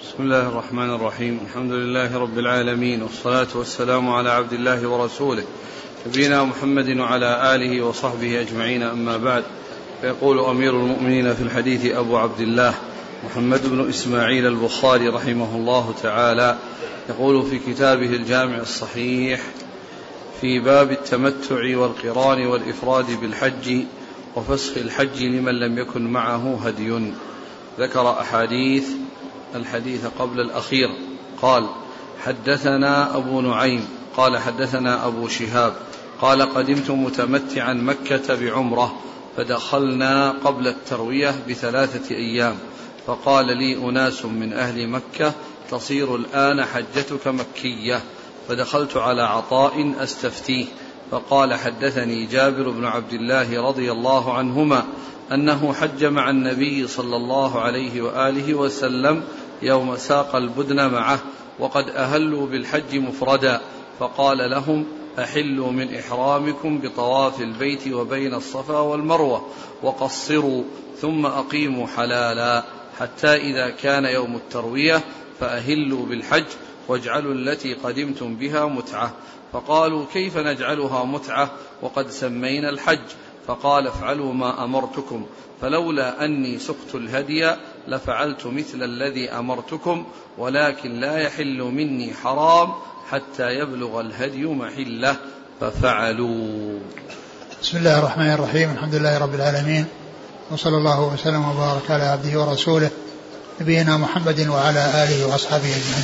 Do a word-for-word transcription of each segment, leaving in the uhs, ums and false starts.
بسم الله الرحمن الرحيم. الحمد لله رب العالمين، والصلاة والسلام على عبد الله ورسوله نبينا محمد وعلى آله وصحبه أجمعين، أما بعد. فيقول أمير المؤمنين في الحديث أبو عبد الله محمد بن إسماعيل البخاري رحمه الله تعالى، يقول في كتابه الجامع الصحيح في باب التمتع والقران والإفراد بالحج وفسخ الحج لمن لم يكن معه هدي. ذكر أحاديث، الحديث قبل الأخير قال: حدثنا أبو نعيم قال حدثنا أبو شهاب قال: قدمت متمتعا مكة بعمرة فدخلنا قبل التروية بثلاثة أيام، فقال لي أناس من أهل مكة: تصير الآن حجتك مكية. فدخلت على عطاء أستفتيه، فقال: حدثني جابر بن عبد الله رضي الله عنهما أنه حج مع النبي صلى الله عليه وآله وسلم يوم ساق البدن معه، وقد أهلوا بالحج مفردا، فقال لهم: أحلوا من إحرامكم بطواف البيت وبين الصفا والمروة، وقصروا ثم أقيموا حلالا، حتى إذا كان يوم التروية فأهلوا بالحج واجعلوا التي قدمتم بها متعة. فقالوا: كيف نجعلها متعة وقد سمينا الحج؟ فقال: افعلوا ما أمرتكم، فلولا أني سقت الهدي لفعلت مثل الذي أمرتكم، ولكن لا يحل مني حرام حتى يبلغ الهدي محله، ففعلوا. بسم الله الرحمن الرحيم. الحمد لله رب العالمين، وصلى الله وسلم وبارك على عبده ورسوله نبينا محمد وعلى آله وأصحابه أجمعين.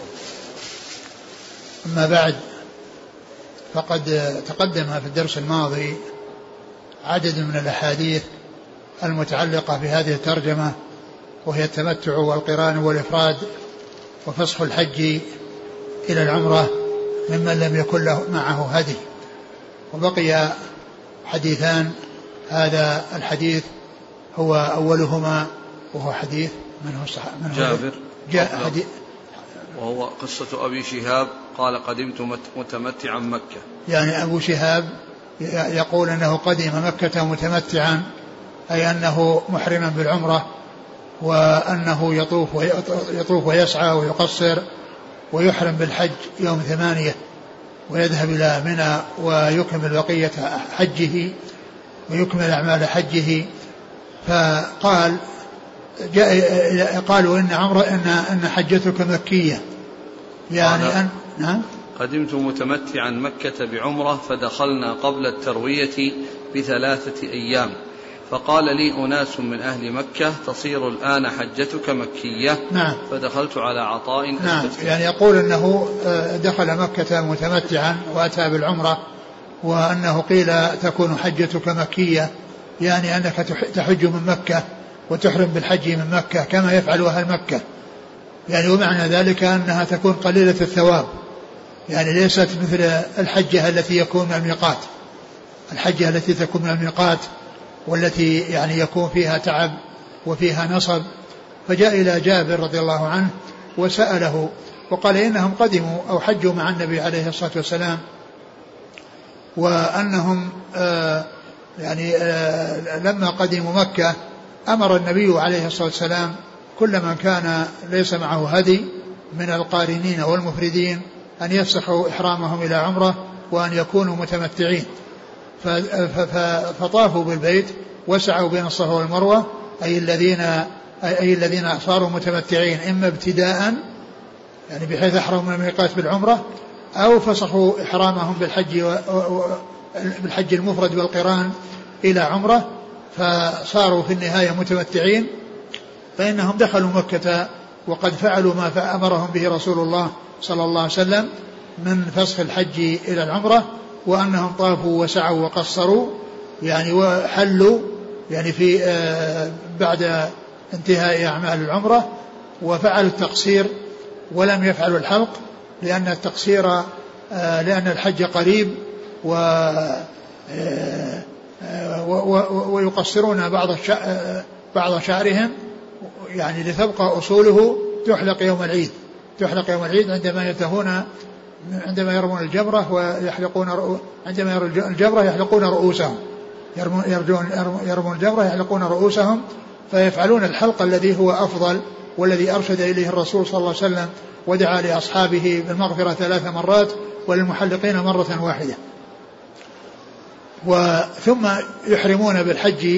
أما بعد، فقد تقدم في الدرس الماضي عدد من الأحاديث المتعلقة بهذه الترجمة، وهي التمتع والقران والإفراد وفسخ الحج إلى العمرة ممن لم يكن له معه هدي. وبقي حديثان، هذا الحديث هو أولهما، وهو حديث من هو الصحابي؟ من هو جابر جاء حديث، وهو قصة أبي شهاب قال: قدمت متمتعا مكة. يعني أبو شهاب يقول أنه قدم مكة متمتعا، أي أنه محرما بالعمرة، وأنه يطوف يطوف ويسعى ويقصر ويحرم بالحج يوم ثمانية، ويذهب إلى منى ويكمل بقية حجه ويكمل أعمال حجه. فقال جاء قالوا إن عمره إن إن حجتك مكية، يعني أن نعم. قدمت متمتعا مكة بعمرة فدخلنا قبل التروية بثلاثة أيام، فقال لي أناس من أهل مكة: تصير الآن حجتك مكية. نعم. فدخلت على عطاء. نعم. يعني يقول أنه دخل مكة متمتعا وأتى بالعمرة، وأنه قيل تكون حجتك مكية، يعني أنك تحج من مكة وتحرم بالحج من مكة كما يفعل أهل مكة، يعني ومعنى ذلك أنها تكون قليلة الثواب، يعني ليست مثل الحجة التي يكون من الميقات، الحجة التي تكون من الميقات والتي يعني يكون فيها تعب وفيها نصب. فجاء إلى جابر رضي الله عنه وسأله، وقال إنهم قدموا أو حجوا مع النبي عليه الصلاة والسلام، وأنهم آه يعني آه لما قدموا مكة أمر النبي عليه الصلاة والسلام كل من كان ليس معه هدي من القارنين والمفردين أن يفسخوا إحرامهم إلى عمرة وأن يكونوا متمتعين. فطافوا بالبيت وسعوا بين الصفا والمروة، أي الذين أي الذين صاروا متمتعين، إما ابتداء يعني بحيث أحرموا من الميقات بالعمرة، أو فسخوا إحرامهم بالحج بالحج المفرد والقران إلى عمرة، فصاروا في النهاية متمتعين. فإنهم دخلوا مكة وقد فعلوا ما أمرهم به رسول الله صلى الله عليه وسلم من فسخ الحج إلى العمرة، وأنهم طافوا وسعوا وقصروا يعني وحلوا يعني في آه بعد انتهاء أعمال العمرة، وفعلوا التقصير ولم يفعلوا الحلق، لأن التقصير آه لأن الحج قريب، و آه ويقصرون بعض بعض شعرهم يعني لتبقى أصوله تحلق يوم العيد تحلق يوم العيد عندما ينتهون عندما يرمون الجمرة ويحلقون عندما يرمون الجمرة يحلقون رؤوسهم يرمون يرمون الجمرة يحلقون رؤوسهم، فيفعلون الحلق الذي هو أفضل والذي أرشد إليه الرسول صلى الله عليه وسلم ودعا لأصحابه بالمغفرة ثلاث مرات وللمحلقين مرة واحدة. وثم يحرمون بالحج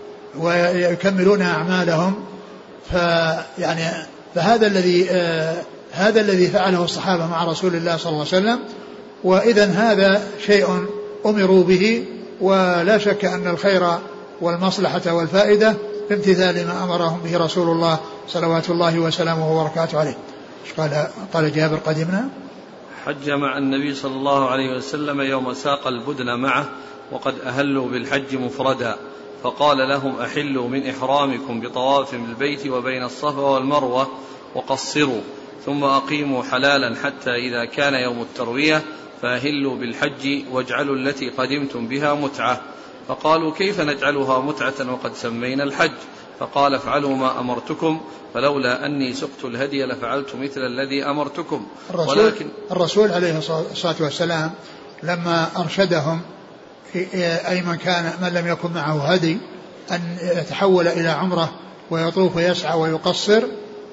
ويكملون أعمالهم. فيعني فهذا الذي آه هذا الذي فعله الصحابة مع رسول الله صلى الله عليه وسلم. وإذن هذا شيء أمروا به، ولا شك أن الخير والمصلحة والفائدة في امتثال ما أمرهم به رسول الله صلوات الله وسلامه وبركاته عليه. قال قال جابر: قدمنا حج مع النبي صلى الله عليه وسلم يوم ساق البدن معه وقد أهلوا بالحج مفردا، فقال لهم: أحلوا من إحرامكم بطواف بالبيت وبين الصفا والمروة وقصروا، ثم أقيموا حلالا حتى إذا كان يوم التروية فأهلوا بالحج واجعلوا التي قدمتم بها متعة. فقالوا: كيف نجعلها متعة وقد سمينا الحج؟ فقال: افعلوا ما أمرتكم، فلولا أني سقت الهدي لفعلت مثل الذي أمرتكم. الرسول, ولكن الرسول عليه الصلاة والسلام لما أرشدهم أي من كان من لم يكن معه هدي أن يتحول إلى عمرة ويطوف ويسعى ويقصر،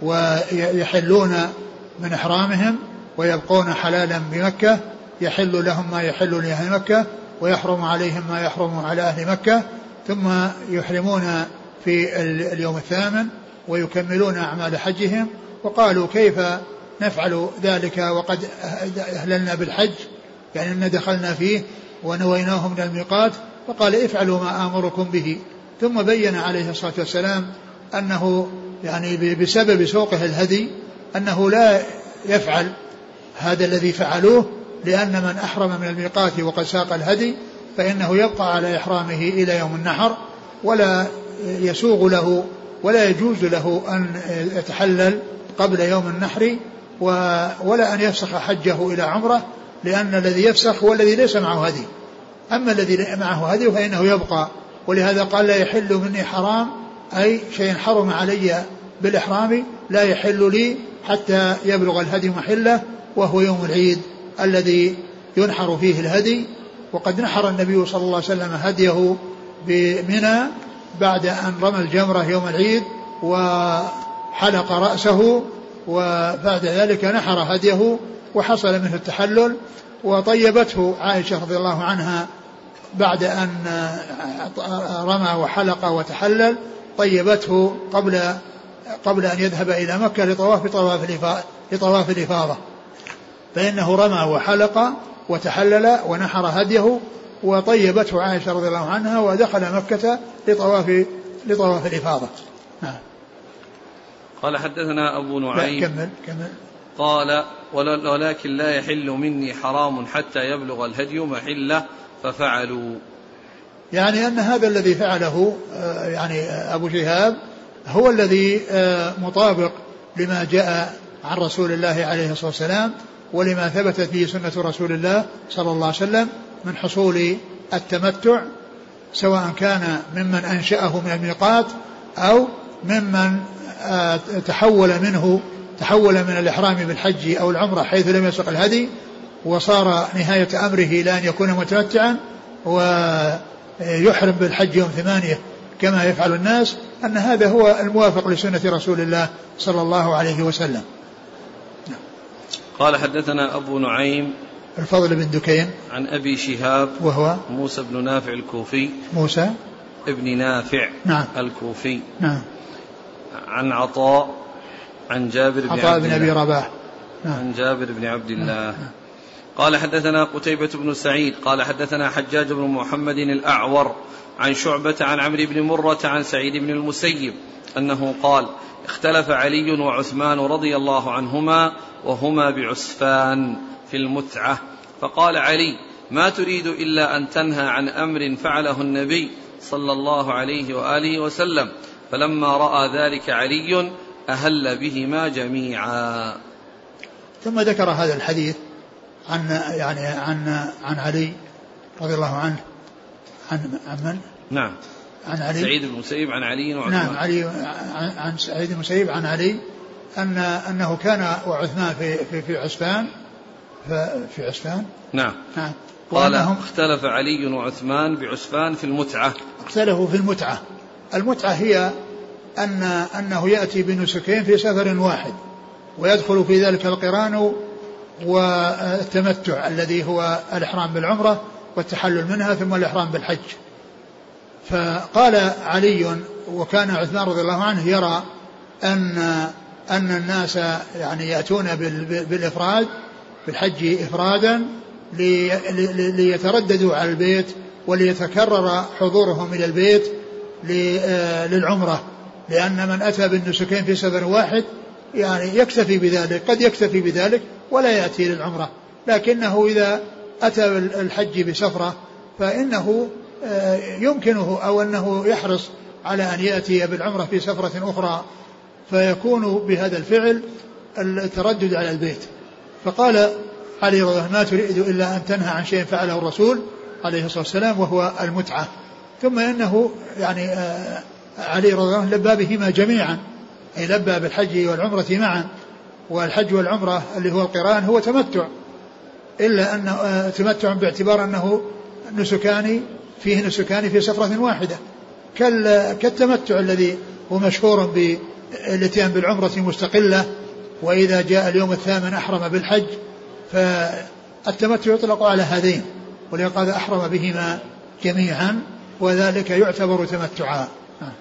ويحلون من إحرامهم ويبقون حلالا بمكة، يحل لهم ما يحل لأهل مكة ويحرم عليهم ما يحرم على أهل مكة، ثم يحرمون في اليوم الثامن ويكملون أعمال حجهم. وقالوا: كيف نفعل ذلك وقد أهللنا بالحج، يعني أن دخلنا فيه ونويناه من الميقات؟ فقال: افعلوا ما آمركم به. ثم بين عليه الصلاة والسلام أنه يعني بسبب سوقه الهدي أنه لا يفعل هذا الذي فعلوه، لأن من أحرم من الميقات وقد ساق الهدي فإنه يبقى على إحرامه إلى يوم النحر، ولا يسوغ له ولا يجوز له أن يتحلل قبل يوم النحر، ولا أن يفسخ حجه إلى عمره، لأن الذي يفسخ هو الذي ليس معه هدي. أما الذي معه هدي فإنه يبقى. ولهذا قال: لا يحل مني حرام، أي شيء حرم علي بالإحرام لا يحل لي حتى يبلغ الهدي محله، وهو يوم العيد الذي ينحر فيه الهدي. وقد نحر النبي صلى الله عليه وسلم هديه بمنى بعد أن رمى الجمرة يوم العيد وحلق رأسه، وبعد ذلك نحر هديه وحصل منه التحلل. وطيبته عائشة رضي الله عنها بعد أن رمى وحلق وتحلل، طيبته قبل قبل أن يذهب إلى مكة لطواف لطواف الإفاضة، فإنه رمى وحلق وتحلل ونحر هديه، وطيبته عائشة رضي الله عنها ودخل مكة لطواف لطواف الإفاضة. نعم. قال: حدثنا أبو نعيم. كمل كمل. قال: ولكن لا يحل مني حرام حتى يبلغ الهدي محله، ففعلوا. يعني أن هذا الذي فعله يعني أبو شهاب هو الذي مطابق لما جاء عن رسول الله عليه الصلاة والسلام، ولما ثبتت به سنة رسول الله صلى الله عليه وسلم من حصول التمتع، سواء كان ممن أنشأه من الميقات أو ممن تحول منه تحول من الإحرام بالحج أو العمرة حيث لم يسق الهدي، وصار نهاية أمره إلى أن يكون متمتعا ويحرم بالحج يوم ثمانية كما يفعل الناس. أن هذا هو الموافق لسنة رسول الله صلى الله عليه وسلم. قال: حدثنا أبو نعيم الفضل بن دكين عن أبي شهاب وهو موسى بن نافع الكوفي موسى ابن نافع نعم الكوفي نعم عن عطاء عن جابر بن عطاء بن أبي رباح نعم عن جابر بن عبد الله نعم. قال: حدثنا قتيبة بن سعيد قال: حدثنا حجاج بن محمد الأعور عن شعبة عن عمرو بن مرة عن سعيد بن المسيب أنه قال: اختلف علي وعثمان رضي الله عنهما وهما بعسفان في المتعة، فقال علي: ما تريد إلا أن تنهى عن أمر فعله النبي صلى الله عليه وآله وسلم، فلما رأى ذلك علي أهل بهما جميعا. ثم ذكر هذا الحديث عن يعني عن عن علي رضي الله عنه عن عن من؟ نعم عن علي سعيد بن المسيب عن علي وعثمان. نعم علي عن, عن سعيد بن المسيب عن علي أن أنه كان وعثمان في في في عسفان في عسفان نعم نعم قال: اختلف علي وعثمان بعسفان في المتعة. اختلفوا في المتعة. المتعة هي أن أنه يأتي بنسكين في سفر واحد، ويدخل في ذلك القران والتمتع الذي هو الإحرام بالعمرة والتحلل منها ثم الإحرام بالحج. فقال علي، وكان عثمان رضي الله عنه يرى أن أن الناس يعني يأتون بالإفراد بالحج إفرادا ليترددوا على البيت وليتكرر حضورهم إلى البيت للعمرة، لأن من أتى بالنسكين في سفر واحد يعني يكتفي بذلك، قد يكتفي بذلك ولا يأتي للعمرة، لكنه إذا أتى الحج بسفرة فإنه يمكنه أو أنه يحرص على أن يأتي بالعمرة في سفرة أخرى، فيكون بهذا الفعل التردد على البيت. فقال علي رضي الله عنه: ما تريد إلا أن تنهى عن شيء فعله الرسول عليه الصلاة والسلام وهو المتعة. ثم إنه يعني علي رضي الله عنه لبى بهما جميعا، أي لبى بالحج والعمرة معا، والحج والعمرة اللي هو القران هو تمتع، إلا أنه تمتع باعتبار أنه نسكان فيه نسكان في سفرة واحدة، كالتمتع الذي هو مشهور بالاتيان بالعمرة مستقلة، وإذا جاء اليوم الثامن أحرم بالحج، فالتمتع يطلق على هذين، ولقد أحرم بهما جميعا، وذلك يعتبر تمتعا.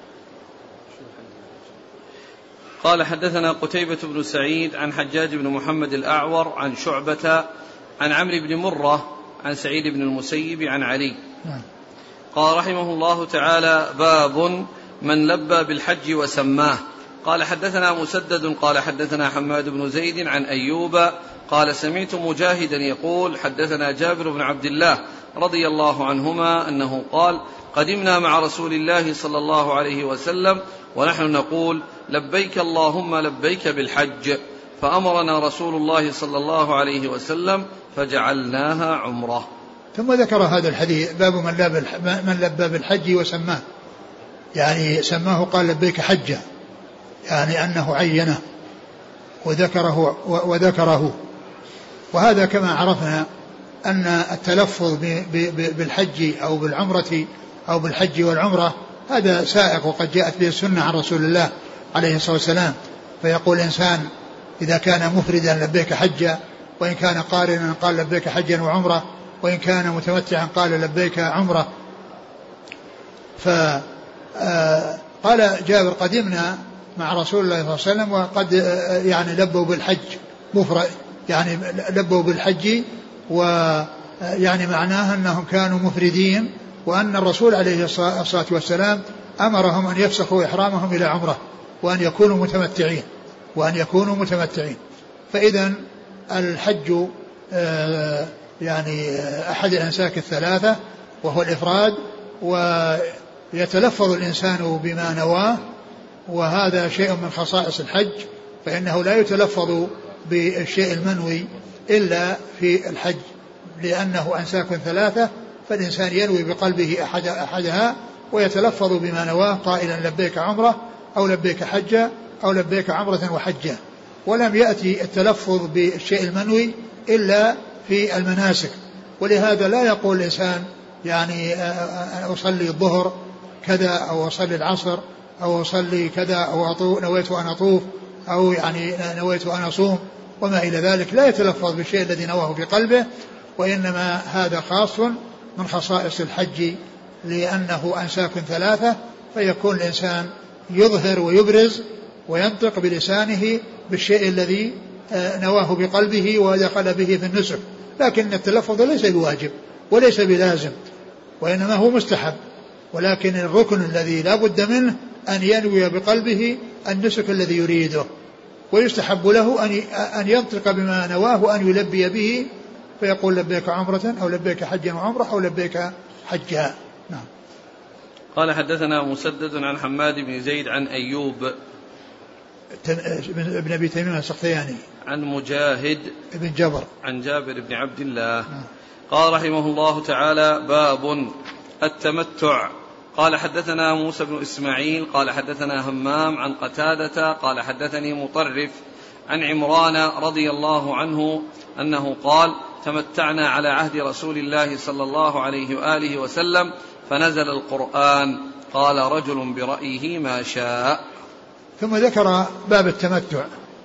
قال: حدثنا قتيبة بن سعيد عن حجاج بن محمد الأعور عن شعبة عن عمرو بن مرة عن سعيد بن المسيب عن علي. قال رحمه الله تعالى: باب من لبى بالحج وسماه. قال: حدثنا مسدد قال حدثنا حماد بن زيد عن أيوب قال: سمعت مجاهدا يقول: حدثنا جابر بن عبد الله رضي الله عنهما أنه قال: قدمنا مع رسول الله صلى الله عليه وسلم ونحن نقول: لبيك اللهم لبيك بالحج، فأمرنا رسول الله صلى الله عليه وسلم فجعلناها عمرة. ثم ذكر هذا الحديث: باب من لبى من لبى بالحج وسماه، يعني سماه قال لبيك حجة، يعني أنه عينه وذكره وذكره وهذا كما عرفنا أن التلفظ بالحج أو بالعمرة أو بالحج والعمرة هذا سائق، وقد جاءت به السنة عن رسول الله عليه الصلاة والسلام. فيقول الإنسان إذا كان مفردا لبيك حجة، وإن كان قارنا قال لبيك حجا وعمرة، وإن كان متمتعا قال لبيك عمرة. فقال جابر: قدمنا مع رسول الله صلى الله عليه وسلم وقد يعني لبوا بالحج مفرد، يعني لبوا بالحج، ويعني معناه أنهم كانوا مفردين، وأن الرسول عليه الصلاة والسلام أمرهم أن يفسخوا إحرامهم إلى عمرة، وأن يكونوا متمتعين وأن يكونوا متمتعين فإذا الحج يعني أحد الأنساك الثلاثة وهو الإفراد، ويتلفظ الإنسان بما نواه، وهذا شيء من خصائص الحج، فإنه لا يتلفظ بالشيء المنوي إلا في الحج، لأنه أنساك ثلاثة، فالإنسان ينوي بقلبه أحد أحدها ويتلفظ بما نواه قائلا لبيك عمرة أو لبيك حجة أو لبيك عمرة وحجة. ولم يأتي التلفظ بالشيء المنوي إلا في المناسك، ولهذا لا يقول الإنسان يعني أصلي الظهر كذا أو أصلي العصر أو أصلي كذا أو أطوف نويت أن أطوف أو يعني نويت أن أصوم وما إلى ذلك، لا يتلفظ بالشيء الذي نواه في قلبه، وإنما هذا خاص من خصائص الحج لأنه أنساك ثلاثة، فيكون الإنسان يظهر ويبرز وينطق بلسانه بالشيء الذي نواه بقلبه ودخل به في النسك، لكن التلفظ ليس بواجب وليس بلازم، وإنما هو مستحب، ولكن الركن الذي لا بد منه أن ينوي بقلبه النسك الذي يريده، ويستحب له أن ينطق بما نواه وأن يلبي به، فيقول لبيك عمرة أو لبيك حجا وعمرة أو لبيك حجا. نعم. قال: حدثنا مسدد عن حماد بن زيد عن أيوب ابن أبي تميم السختياني عن مجاهد ابن جبر عن جابر بن عبد الله. نعم. قال رحمه الله تعالى: باب التمتع. قال: حدثنا موسى بن إسماعيل قال حدثنا همام عن قتادة قال حدثني مطرف عن عمران رضي الله عنه أنه قال: تمتعنا على عهد رسول الله صلى الله عليه وآله وسلم فنزل القرآن، قال رجل برأيه ما شاء. ثم ذكر باب التمتع.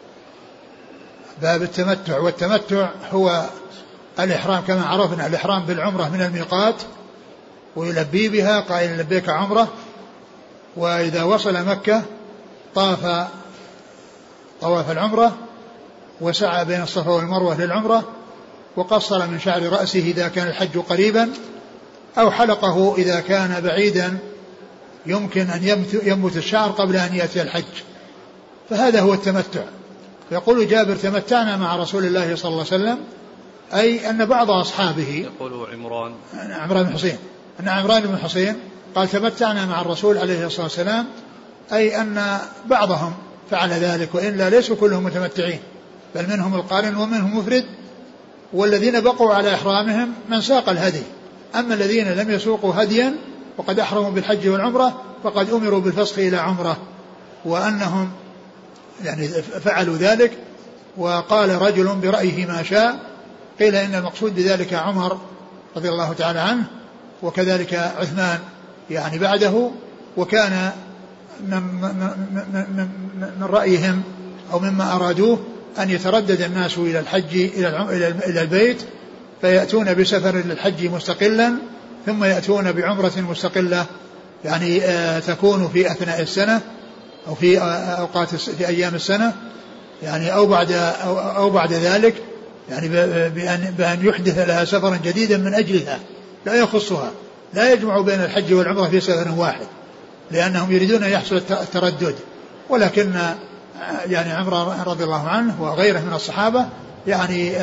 باب التمتع، والتمتع هو الإحرام كما عرفنا، الإحرام بالعمرة من الميقات ويلبي بها قائل لبيك عمرة، وإذا وصل مكة طاف طواف العمرة وسعى بين الصفا والمروة للعمرة، وقصر من شعر رأسه إذا كان الحج قريبا، أو حلقه إذا كان بعيدا يمكن أن ينبت الشعر قبل أن يأتي الحج. فهذا هو التمتع. يقول جابر تمتعنا مع رسول الله صلى الله عليه وسلم، أي أن بعض أصحابه، يقول عمران عمران بن حسين أن عمران بن حسين قال تمتعنا مع الرسول عليه الصلاة والسلام، أي أن بعضهم فعل ذلك، وإلا ليسوا كلهم متمتعين، بل منهم القارن ومنهم مفرد، والذين بقوا على إحرامهم من ساق الهدي. أما الذين لم يسوقوا هديا وقد أحرموا بالحج والعمرة فقد أمروا بالفسخ إلى عمرة، وأنهم يعني فعلوا ذلك. وقال رجل برأيه ما شاء، قيل إن المقصود بذلك عمر رضي الله تعالى عنه، وكذلك عثمان يعني بعده. وكان من, من, من, من رأيهم أو مما أرادوه أن يتردد الناس إلى الحج إلى البيت، فيأتون بسفر للحج مستقلا، ثم يأتون بعمرة مستقلة يعني تكون في أثناء السنة أو في أوقات في أيام السنة يعني أو بعد أو, أو بعد ذلك، يعني بأن, بأن يحدث لها سفرا جديدا من أجلها لا يخصها، لا يجمع بين الحج والعمرة في سفر واحد، لأنهم يريدون أن يحصل التردد. ولكن يعني عمر رضي الله عنه وغيره من الصحابة يعني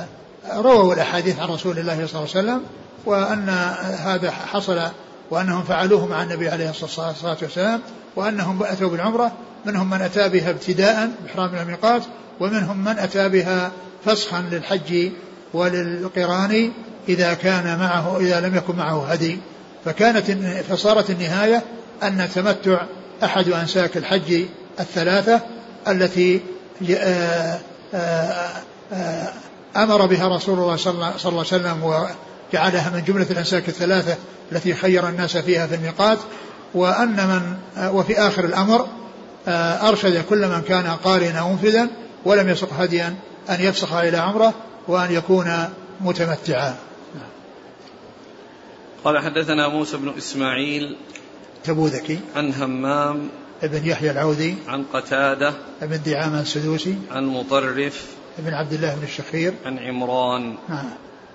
رووا الأحاديث عن رسول الله صلى الله عليه وسلم، وأن هذا حصل وأنهم فعلوه مع النبي عليه الصلاة والسلام، وأنهم أتوا بالعمرة، منهم من أتى بها ابتداء بإحرام الميقات، ومنهم من أتى بها فسخا للحج وللقران إذا كان معه إذا لم يكن معه هدي. فكانت فصارت النهاية أن التمتع أحد أنساك الحج الثلاثة التي أمر بها رسول الله صلى الله عليه وسلم، وجعلها من جملة الأنساك الثلاثة التي خير الناس فيها في الميقات. وأن من وفي آخر الأمر أرشد كل من كان قارنا أو مفردا ولم يسق هديا أن يفسخ إلى عمره وأن يكون متمتعا. قال حدثنا موسى بن إسماعيل تبوذكي عن همام ابن يحيى العوذي عن قتادة ابن دعامة السدوسي عن مطرف ابن عبد الله بن الشخير عن عمران. آه.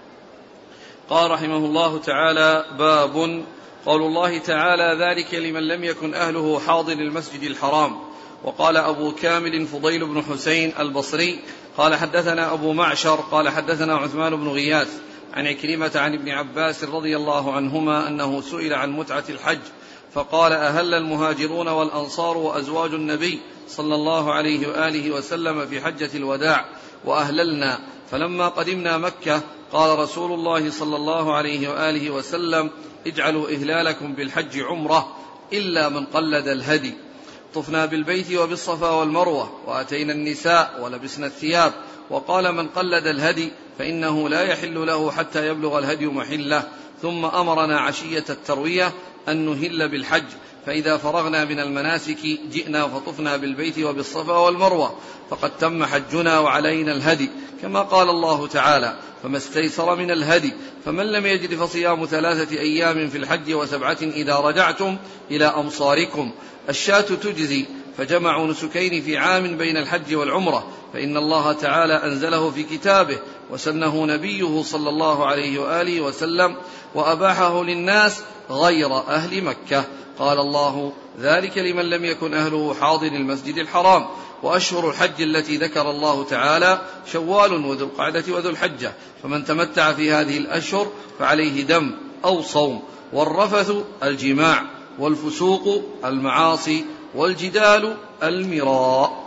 قال رحمه الله تعالى: باب قول الله تعالى: ذلك لمن لم يكن أهله حاضر المسجد الحرام. وقال أبو كامل فضيل بن حسين البصري قال حدثنا أبو معشر قال حدثنا عثمان بن غياث عن عكرمة عن ابن عباس رضي الله عنهما أنه سئل عن متعة الحج فقال: أهل المهاجرون والأنصار وأزواج النبي صلى الله عليه وآله وسلم في حجة الوداع وأهللنا، فلما قدمنا مكة قال رسول الله صلى الله عليه وآله وسلم: اجعلوا إهلالكم بالحج عمرة إلا من قلد الهدي. طفنا بالبيت وبالصفا والمروة وأتينا النساء ولبسنا الثياب. وقال: من قلد الهدي فإنه لا يحل له حتى يبلغ الهدي محله. ثم أمرنا عشية التروية أن نهل بالحج، فإذا فرغنا من المناسك جئنا فطفنا بالبيت وبالصفا والمروة، فقد تم حجنا وعلينا الهدي، كما قال الله تعالى: فما استيسر من الهدي، فمن لم يجد فصيام ثلاثة أيام في الحج وسبعة إذا رجعتم إلى أمصاركم. الشاة تجزي، فجمعوا نسكين في عام بين الحج والعمرة، فإن الله تعالى أنزله في كتابه وسنه نبيه صلى الله عليه وآله وسلم وأباحه للناس غير أهل مكة. قال الله: ذلك لمن لم يكن أهله حاضر المسجد الحرام. وأشهر الحج التي ذكر الله تعالى شوال وذو القعدة وذو الحجة، فمن تمتع في هذه الأشهر فعليه دم أو صوم. والرفث الجماع، والفسوق المعاصي، والجدال المراء.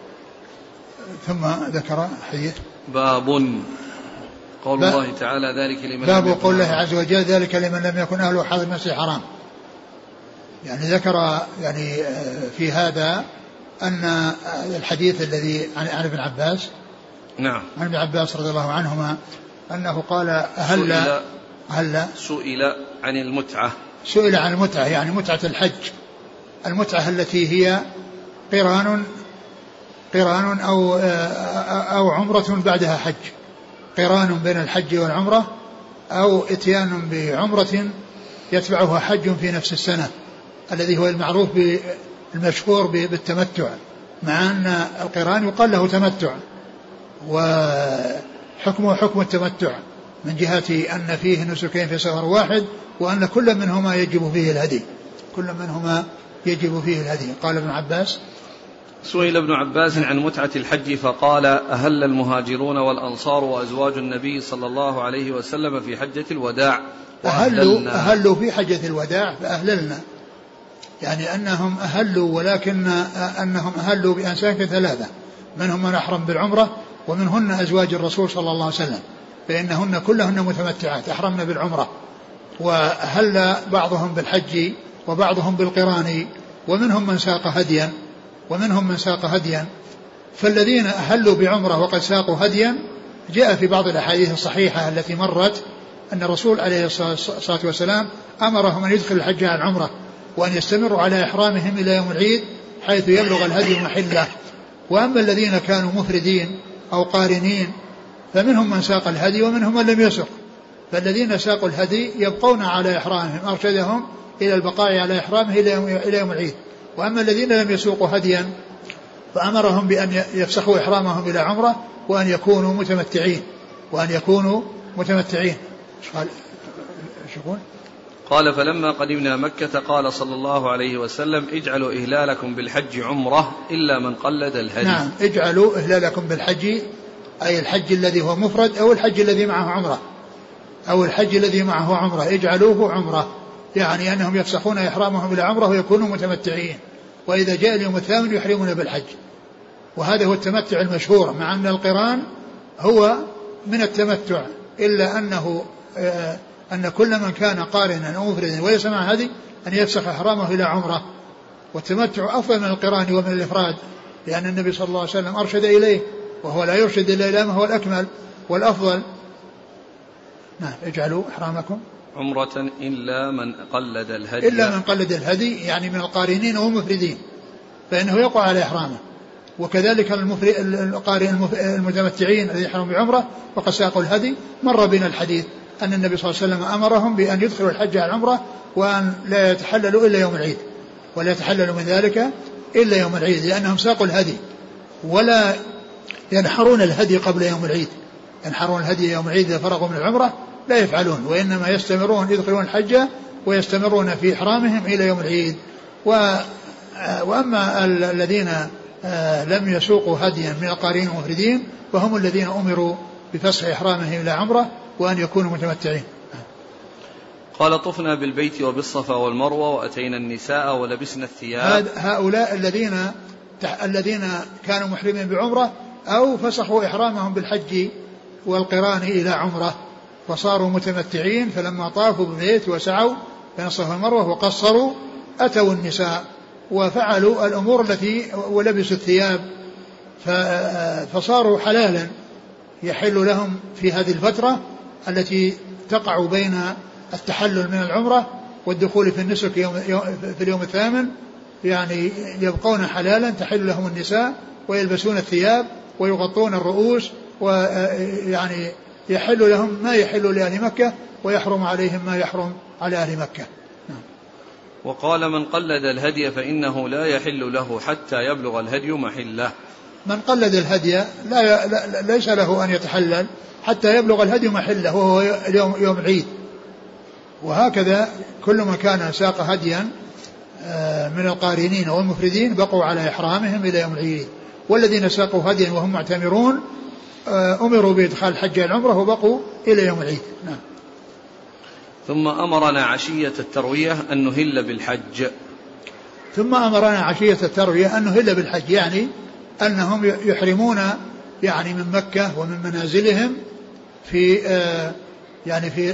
ثم ذكر حديث باب قول الله تعالى: ذلك لمن باب قول الله عز وجل: ذلك لمن لم يكن أهله حاضر المسجد الحرام. يعني ذكر يعني في هذا أن الحديث الذي عن ابن عباس نعم عن ابن عباس رضي الله عنهما أنه قال: أهل هل سئل عن المتعة سئل عن المتعة يعني متعة الحج، المتعة التي هي قران قران أو, أو عمرة بعدها حج، قران بين الحج والعمرة، أو اتيان بعمرة يتبعها حج في نفس السنة، الذي هو المعروف بالمشهور بالتمتع، مع أن القران يقال له تمتع وحكمه حكم التمتع من جهة أن فيه نسكين في سفر واحد، وأن كل منهما يجب فيه الهدي كل منهما يجب فيه الهدي. قال ابن عباس: سئل ابن عباس عن متعة الحج فقال: أهل المهاجرون والأنصار وأزواج النبي صلى الله عليه وسلم في حجة الوداع أهلوا, أهلوا في حجة الوداع فأهللنا، يعني أنهم أهلوا، ولكن أنهم أهلوا بأنساك ثلاثة، منهم من أحرم بالعمرة، ومنهن أزواج الرسول صلى الله عليه وسلم فإنهن كلهن متمتعات أحرمن بالعمرة، وأهل بعضهم بالحج وبعضهم بالقران، ومنهم من ساق هديا ومنهم من ساق هديا. فالذين أهلوا بعمرة وقد ساقوا هديا جاء في بعض الأحاديث الصحيحة التي مرت أن الرسول عليه الصلاة والسلام أمرهم أن يدخلوا الحج على العمرة، وأن يستمروا على إحرامهم إلى يوم العيد حيث يبلغ الهدي محله. وأما الذين كانوا مفردين أو قارنين فمنهم من ساق الهدي ومنهم من لم يسق، فالذين ساقوا الهدي يبقون على إحرامهم، أرشدهم إلى البقاء على إحرامه إلى يوم العيد. وأما الذين لم يسوقوا هديا فأمرهم بأن يفسخوا إحرامهم إلى عمرة وأن يكونوا متمتعين وأن يكونوا متمتعين. قال: فلما قدمنا مكة قال صلى الله عليه وسلم: اجعلوا إهلالكم بالحج عمرة إلا من قلد الهدي. نعم، اجعلوا إهلالكم بالحج، أي الحج الذي هو مفرد أو الحج الذي معه عمرة أو الحج الذي معه عمرة اجعلوه عمرة، يعني أنهم يفسخون إحرامهم إلى عمرة ويكونوا متمتعين، وإذا جاء اليوم الثامن يحرمون بالحج. وهذا هو التمتع المشهور، مع أن القران هو من التمتع، إلا أنه آه أن كل من كان قارنا أو مفردا وليس مع هدي أن يفسخ إحرامه إلى عمرة. والتمتع أفضل من القران ومن الإفراد، لأن النبي صلى الله عليه وسلم أرشد إليه، وهو لا يرشد إلا إلى ما هو الأكمل والأفضل. نعم، اجعلوا إحرامكم عمرة إلا من قلد الهدي إلا من قلد الهدي، يعني من القارنين والمفردين، فإنه يقع على إحرامه. وكذلك القارن المتمتعين الذين يحرمون بعمرة وقد ساقوا الهدي، مر بنا الحديث أن النبي صلى الله عليه وسلم أمرهم بأن يدخلوا الحج على العمرة وأن لا يتحللوا إلا يوم العيد، ولا يتحللوا من ذلك إلا يوم العيد، لأنهم ساقوا الهدي ولا ينحرون الهدي قبل يوم العيد. ينحرون الهدي يوم العيد إذا فرغوا من العمرة لا يفعلون، وإنما يستمرون يدخلون الحج ويستمرون في إحرامهم إلى يوم العيد. وأما الذين لم يسوقوا هديا من القارين والمفردين فهم الذين أمروا بفسخ إحرامهم إلى عمرة وأن يكونوا متمتعين. قال: طفنا بالبيت وبالصفا والمروة وأتينا النساء ولبسنا الثياب. هؤلاء الذين الذين كانوا محرمين بعمرة أو فسخوا إحرامهم بالحج والقران إلى عمرة فصاروا متمتعين، فلما طافوا بالبيت وسعوا بين الصفا والمروة وقصروا أتوا النساء وفعلوا الأمور التي ولبسوا الثياب فصاروا حلالا، يحل لهم في هذه الفترة التي تقع بين التحلل من العمرة والدخول في النسك يوم في اليوم الثامن، يعني يبقون حلالا تحل لهم النساء ويلبسون الثياب ويغطون الرؤوس، ويعني يحل لهم ما يحل لأهل مكة ويحرم عليهم ما يحرم على أهل مكة. وقال: من قلد الهدي فإنه لا يحل له حتى يبلغ الهدي محله. من قلد الهدي لا, لا ليس له أن يتحلل حتى يبلغ الهدي محله وهو يوم, يوم العيد. وهكذا كل من كان ساق هديا من القارنين والمفردين بقوا على إحرامهم إلى يوم العيد، والذين ساقوا هديا وهم معتمرون أمروا بإدخال الحج العمرة وبقوا إلى يوم العيد. نعم. ثم أمرنا عشية التروية أن نهل بالحج. ثم أمرنا عشية التروية أن نهل بالحج، يعني أنهم يحرمون يعني من مكة ومن منازلهم في آه يعني في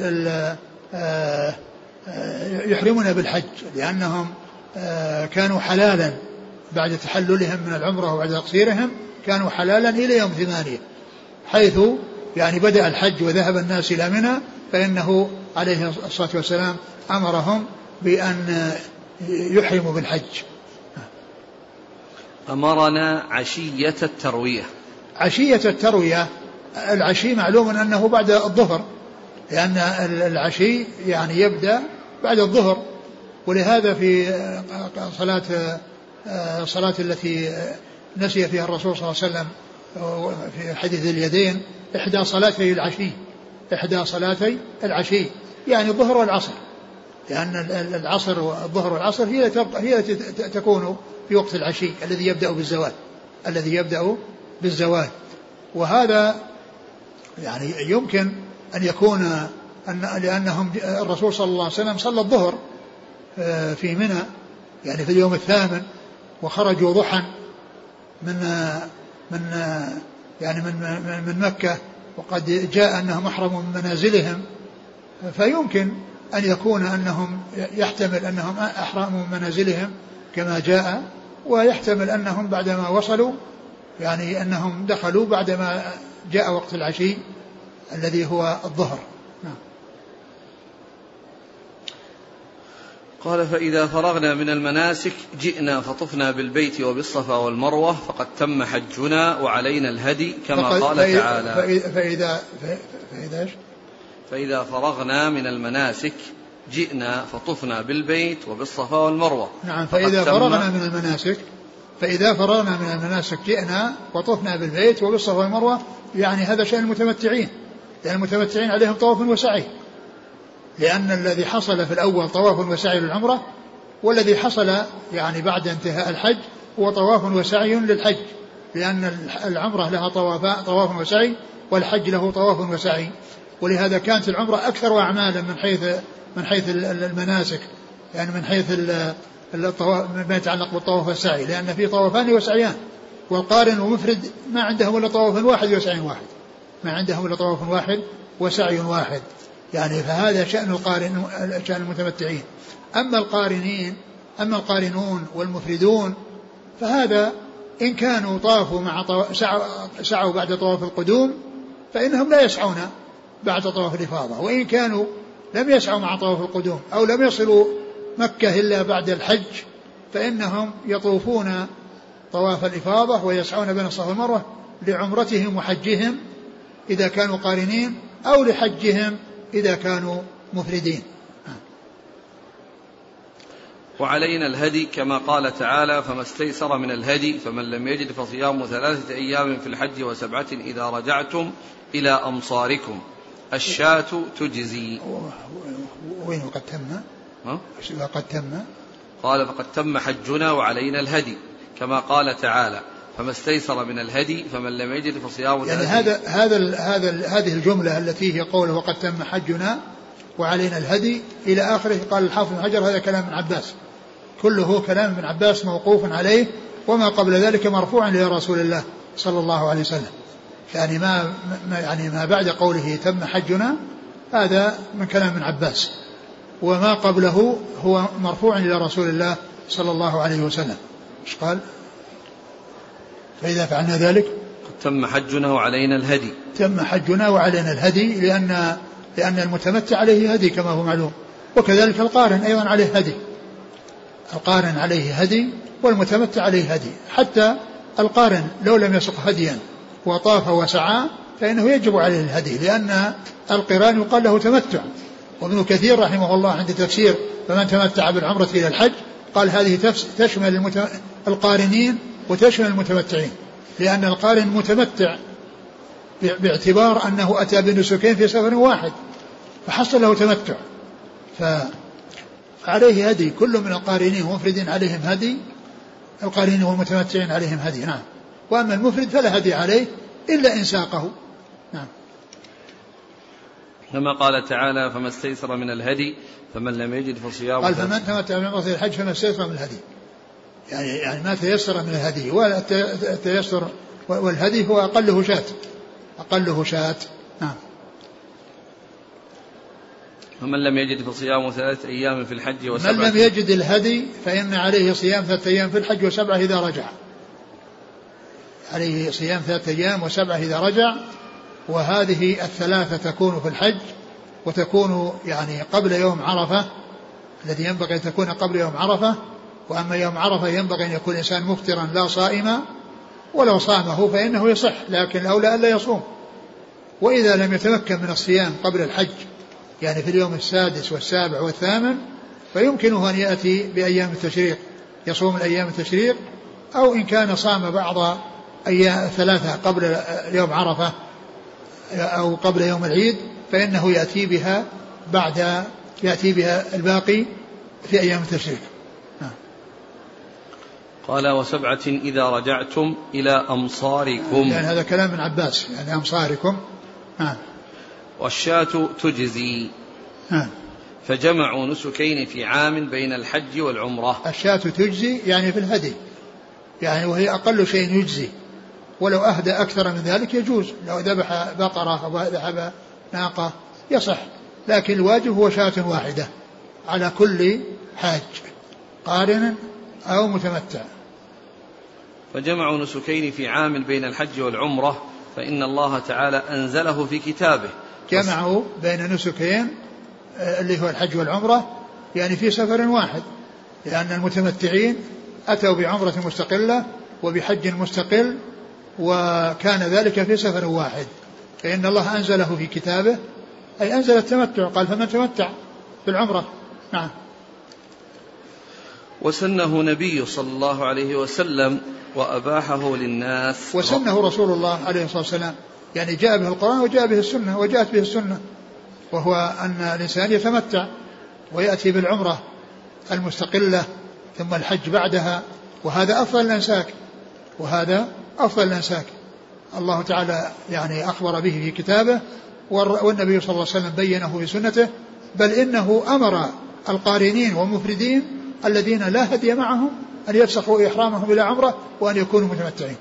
آه يحرمون بالحج، لأنهم آه كانوا حلالا بعد تحللهم من العمرة وبعد تقصيرهم، كانوا حلالا إلى يوم ثمانية، حيث يعني بدأ الحج وذهب الناس إلى منى، فإنه عليه الصلاة والسلام أمرهم بأن يحرموا بالحج. أمرنا عشية التروية. عشية التروية، العشي معلوم أنه بعد الظهر، لأن العشي يعني يبدأ بعد الظهر، ولهذا في صلاة صلاة التي نسي فيها الرسول صلى الله عليه وسلم في حديث اليدين إحدى صلاتي العشي، إحدى صلاتي العشي يعني الظهر والعصر، لأن العصر والظهر والعصر هي هي تكون في وقت العشي الذي يبدأ بالزوال، الذي يبدأ بالزوال. وهذا يعني يمكن أن يكون أن لأنهم الرسول صلى الله عليه وسلم صلى الظهر في منى يعني في اليوم الثامن، وخرجوا ضحى من من يعني من من مكة، وقد جاء أنهم أحرموا من منازلهم، فيمكن أن يكون أنهم يحتمل أنهم أحرموا من منازلهم كما جاء، ويحتمل أنهم بعدما وصلوا يعني أنهم دخلوا بعدما جاء وقت العشي الذي هو الظهر. نعم. قال فإذا فرغنا من المناسك جئنا فطفنا بالبيت وبالصفا والمروة فقد تم حجنا وعلينا الهدي كما قال فإذا تعالى. فإذا فإذا, فإذا, فإذا فرغنا من المناسك جئنا فطفنا بالبيت وبالصفا والمروة. نعم. فإذا فرغنا من المناسك فإذا فرغنا من المناسك جئنا وطفنا بالبيت وبالصفا والمروة، يعني هذا شأن المتمتعين، لأن المتمتعين عليهم طواف وسعي، لأن الذي حصل في الأول طواف وسعي للعمرة، والذي حصل يعني بعد انتهاء الحج هو طواف وسعي للحج، لأن العمرة لها طواف وسعي والحج له طواف وسعي، ولهذا كانت العمرة أكثر أعمالا من حيث من حيث المناسك، يعني من حيث ما يتعلق بالطواف والسعي، لأن في طوافان وسعيان، والقارن ومفرد ما عندهم إلا طواف واحد وسعي واحد، ما عندهم إلا طواف واحد وسعي واحد، يعني فهذا شأن القارن شأن المتمتعين. أما القارنين أما القارنون والمفردون فهذا إن كانوا طافوا مع طواف سعوا, سعوا بعد طواف القدوم فإنهم لا يسعون بعد طواف الإفاضة، وإن كانوا لم يسعوا مع طواف القدوم أو لم يصلوا مكة إلا بعد الحج فإنهم يطوفون طواف الإفاضة ويسعون بين الصفا والمروة لعمرتهم وحجهم إذا كانوا قارنين، أو لحجهم إذا كانوا مفردين. وعلينا الهدي كما قال تعالى فما استيسر من الهدي فمن لم يجد فصيام ثلاثة أيام في الحج وسبعة إذا رجعتم إلى أمصاركم الشاة تجزي. وين قد تم؟ قد تم قال فقد تم حجنا وعلينا الهدي كما قال تعالى فما استيسر من الهدي فمن لم يجد فصيام يعني هذا هذا هذا هذه الجملة التي هي قوله وقد تم حجنا وعلينا الهدي إلى آخره. قال الحافظ بن حجر هذا كلام ابن عباس، كله كلام ابن عباس موقوف عليه، وما قبل ذلك مرفوع إلى رسول الله صلى الله عليه وسلم، يعني ما يعني ما بعد قوله تم حجنا هذا من كلام ابن عباس، وما قبله هو مرفوع إلى رسول الله صلى الله عليه وسلم. ايش قال؟ فإذا فعلنا ذلك تم حجنا وعلينا الهدي تم حجنا وعلينا الهدي، لأن لأن المتمتع عليه هدي كما هو معلوم، وكذلك القارن أيضا عليه هدي، القارن عليه هدي والمتمتع عليه هدي، حتى القارن لو لم يسق هديا وطاف وسعى فإنه يجب عليه الهدي، لأن القران يقال له تمتع. وابن كثير رحمه الله عند تفسير فمن تمتع بالعمرة إلى الحج قال هذه تشمل القارنين وتشمل المتمتعين، لأن القارن متمتع باعتبار أنه أتى بنسكين في سفر واحد فحصل له تمتع، فعليه هدي. كل من القارنين ومفردين عليهم هدي، القارنين والمتمتعين عليهم هدي. نعم. وأما المفرد فلا هدي عليه إلا إن ساقه. نعم. كما قال تعالى فما استيسر من الهدي فمن لم يجد فصيام. قال فمن تمتع بالعمرة إلى الحج فما استيسر من الهدي، يعني يعني ما تيسر من الهدي، والتيسر والهدي هو أقله شاة، أقله شاة. نعم. ومن لم يجد فصيام ثلاثة أيام في الحج وسبعة. من لم يجد الهدي فإن عليه صيام ثلاثة أيام في الحج وسبعة إذا رجع، عليه صيام ثلاثة أيام وسبعة إذا رجع. وهذه الثلاثة تكون في الحج، وتكون يعني قبل يوم عرفة الذي ينبغي أن تكون قبل يوم عرفة، وأما يوم عرفة ينبغي أن يكون الإنسان مفطرا لا صائما، ولو صامه فإنه يصح، لكن الأولى ألا يصوم. وإذا لم يتمكن من الصيام قبل الحج يعني في اليوم السادس والسابع والثامن فيمكنه أن يأتي بأيام التشريق، يصوم الأيام التشريق، أو إن كان صام بعض أيام ثلاثة قبل يوم عرفة أو قبل يوم العيد فإنه يأتي بها بعد يأتي بها الباقي في أيام التشريق. قال وسبعة إذا رجعتم إلى أمصاركم، يعني هذا كلام من عباس، يعني أمصاركم. ها. والشاة تجزي. ها. فجمعوا نسكين في عام بين الحج والعمرة. الشاة تجزي يعني في الهدي، يعني وهي أقل شيء يجزي، ولو أهدى أكثر من ذلك يجوز، لو ذبح بقرة أو ذبح ناقة يصح، لكن الواجب هو شاة واحدة على كل حاج قارن أو متمتع. فجمعوا نسكين في عام بين الحج والعمرة فإن الله تعالى أنزله في كتابه. جمعوا بين نسكين اللي هو الحج والعمرة يعني في سفر واحد، لأن المتمتعين أتوا بعمرة مستقلة وبحج مستقل، وكان ذلك في سفر واحد، فإن الله أنزله في كتابه، أي أنزل التمتع، قال فمن تمتع بالعمرة. نعم. وسنه نبي صلى الله عليه وسلم وأباحه للناس. وسنه رسول الله عليه الصلاة والسلام، يعني جاء به القرآن وجاء به السنة وجاءت به السنة، وهو أن الإنسان يتمتع ويأتي بالعمرة المستقلة ثم الحج بعدها، وهذا أفضل الأنساك، وهذا أفضل الأنساك. الله تعالى يعني أخبر به في كتابه، والنبي صلى الله عليه وسلم بينه في سنته، بل إنه أمر القارنين والمفردين الذين لا هدي معهم أن يفسخوا إحرامهم إلى عمرة وأن يكونوا متمتعين.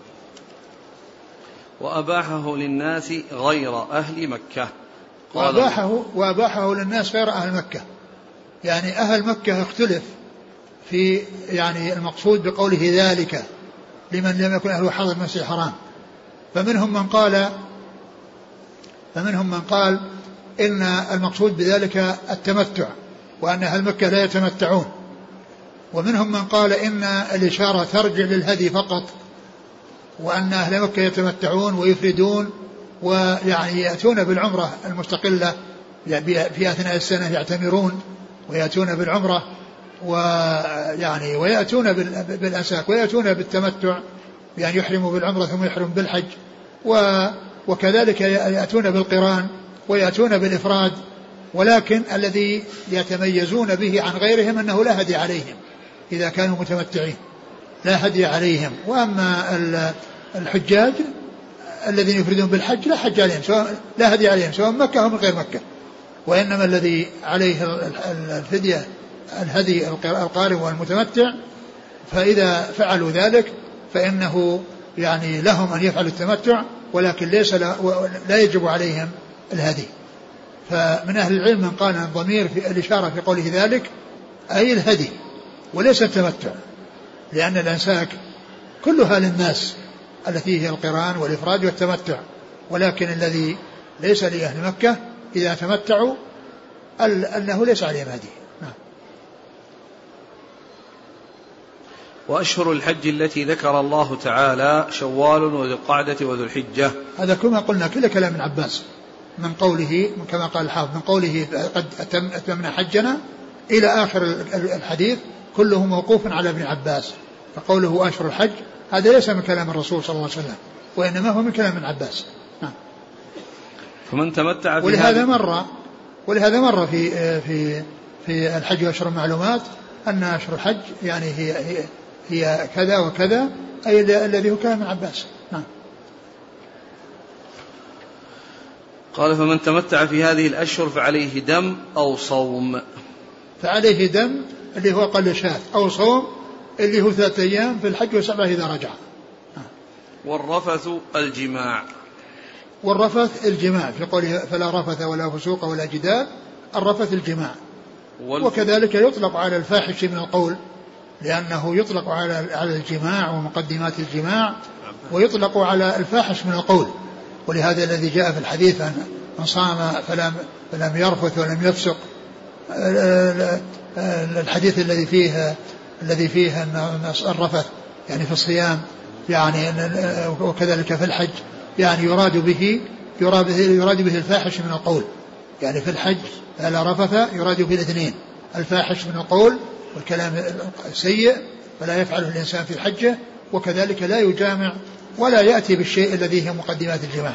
وأباحه للناس غير أهل مكة. وأباحه, وأباحه للناس غير أهل مكة، يعني أهل مكة اختلف في يعني المقصود بقوله ذلك لمن لم يكن أهل حضر المسجد الحرام، فمنهم من قال فمنهم من قال إن المقصود بذلك التمتع وأن أهل مكة لا يتمتعون، ومنهم من قال إن الإشارة ترجع للهدي فقط، وأن أهل مكة يتمتعون ويفردون ويعني يأتون بالعمرة المستقلة في أثناء السنة، يعتمرون ويأتون بالعمرة ويعني ويأتون بالأنساك ويأتون بالتمتع، يعني يحرموا بالعمرة ثم يحرم بالحج، وكذلك يأتون بالقران ويأتون بالإفراد، ولكن الذي يتميزون به عن غيرهم أنه لا هدي عليهم إذا كانوا متمتعين، لا هدي عليهم. وأما الحجاج الذين يفردون بالحج لا حج عليهم، سواء لا هدي عليهم سواء مكة أو من غير مكة، وإنما الذي عليه الفدية الهدي القارن والمتمتع، فإذا فعلوا ذلك فإنه يعني لهم أن يفعلوا التمتع، ولكن ليس لا يجب عليهم الهدي. فمن أهل العلم من قال أن ضمير في الإشارة في قوله ذلك أي الهدي وليس التمتع، لأن الأنساك كلها للناس التي هي القران والإفراد والتمتع، ولكن الذي ليس لأهل مكة إذا تمتعوا أنه ليس عليهم هدي. نعم. وأشهر الحج التي ذكر الله تعالى شوال وذو القعدة وذو الحجة. هذا كما قلنا كل كلام من عباس، من قوله كما قال الحافظ من قوله قد أتممنا حجنا إلى آخر الحديث كله موقوف على ابن عباس، فقوله أشهر الحج هذا ليس من كلام الرسول صلى الله عليه وسلم، وإنما هو من كلام ابن عباس. نعم. فمن تمتع في ولهذا مرة ولهذا مرة في في في الحج وأشهر المعلومات أن أشهر الحج يعني هي هي, هي كذا وكذا، أي الذي هو كلام ابن عباس. نعم. قال فمن تمتع في هذه الأشهر فعليه دم أو صوم. فعليه دم اللي هو قل شاة، أو صوم اللي هو ثلاثة أيام في الحج وسبعة إذا رجع. والرفث الجماع. والرفث الجماع في قوله فلا رفث ولا فسوق ولا جدال، الرفث الجماع. وكذلك يطلق على الفاحش من القول، لأنه يطلق على على الجماع ومقدمات الجماع، ويطلق على الفاحش من القول، ولهذا الذي جاء في الحديث أن من صام فلم, فلم يرفث ولم يفسق، الحديث الذي فيه الذي فيه الرفث يعني في الصيام يعني وكذلك في الحج يعني يراد به يراد به, يراد به الفاحش من القول يعني في الحج لا رفث يراد به الاثنين الفاحش من القول والكلام السيء فلا يفعله الإنسان في حجه وكذلك لا يجامع ولا يأتي بالشيء الذي هي مقدمات الجماع.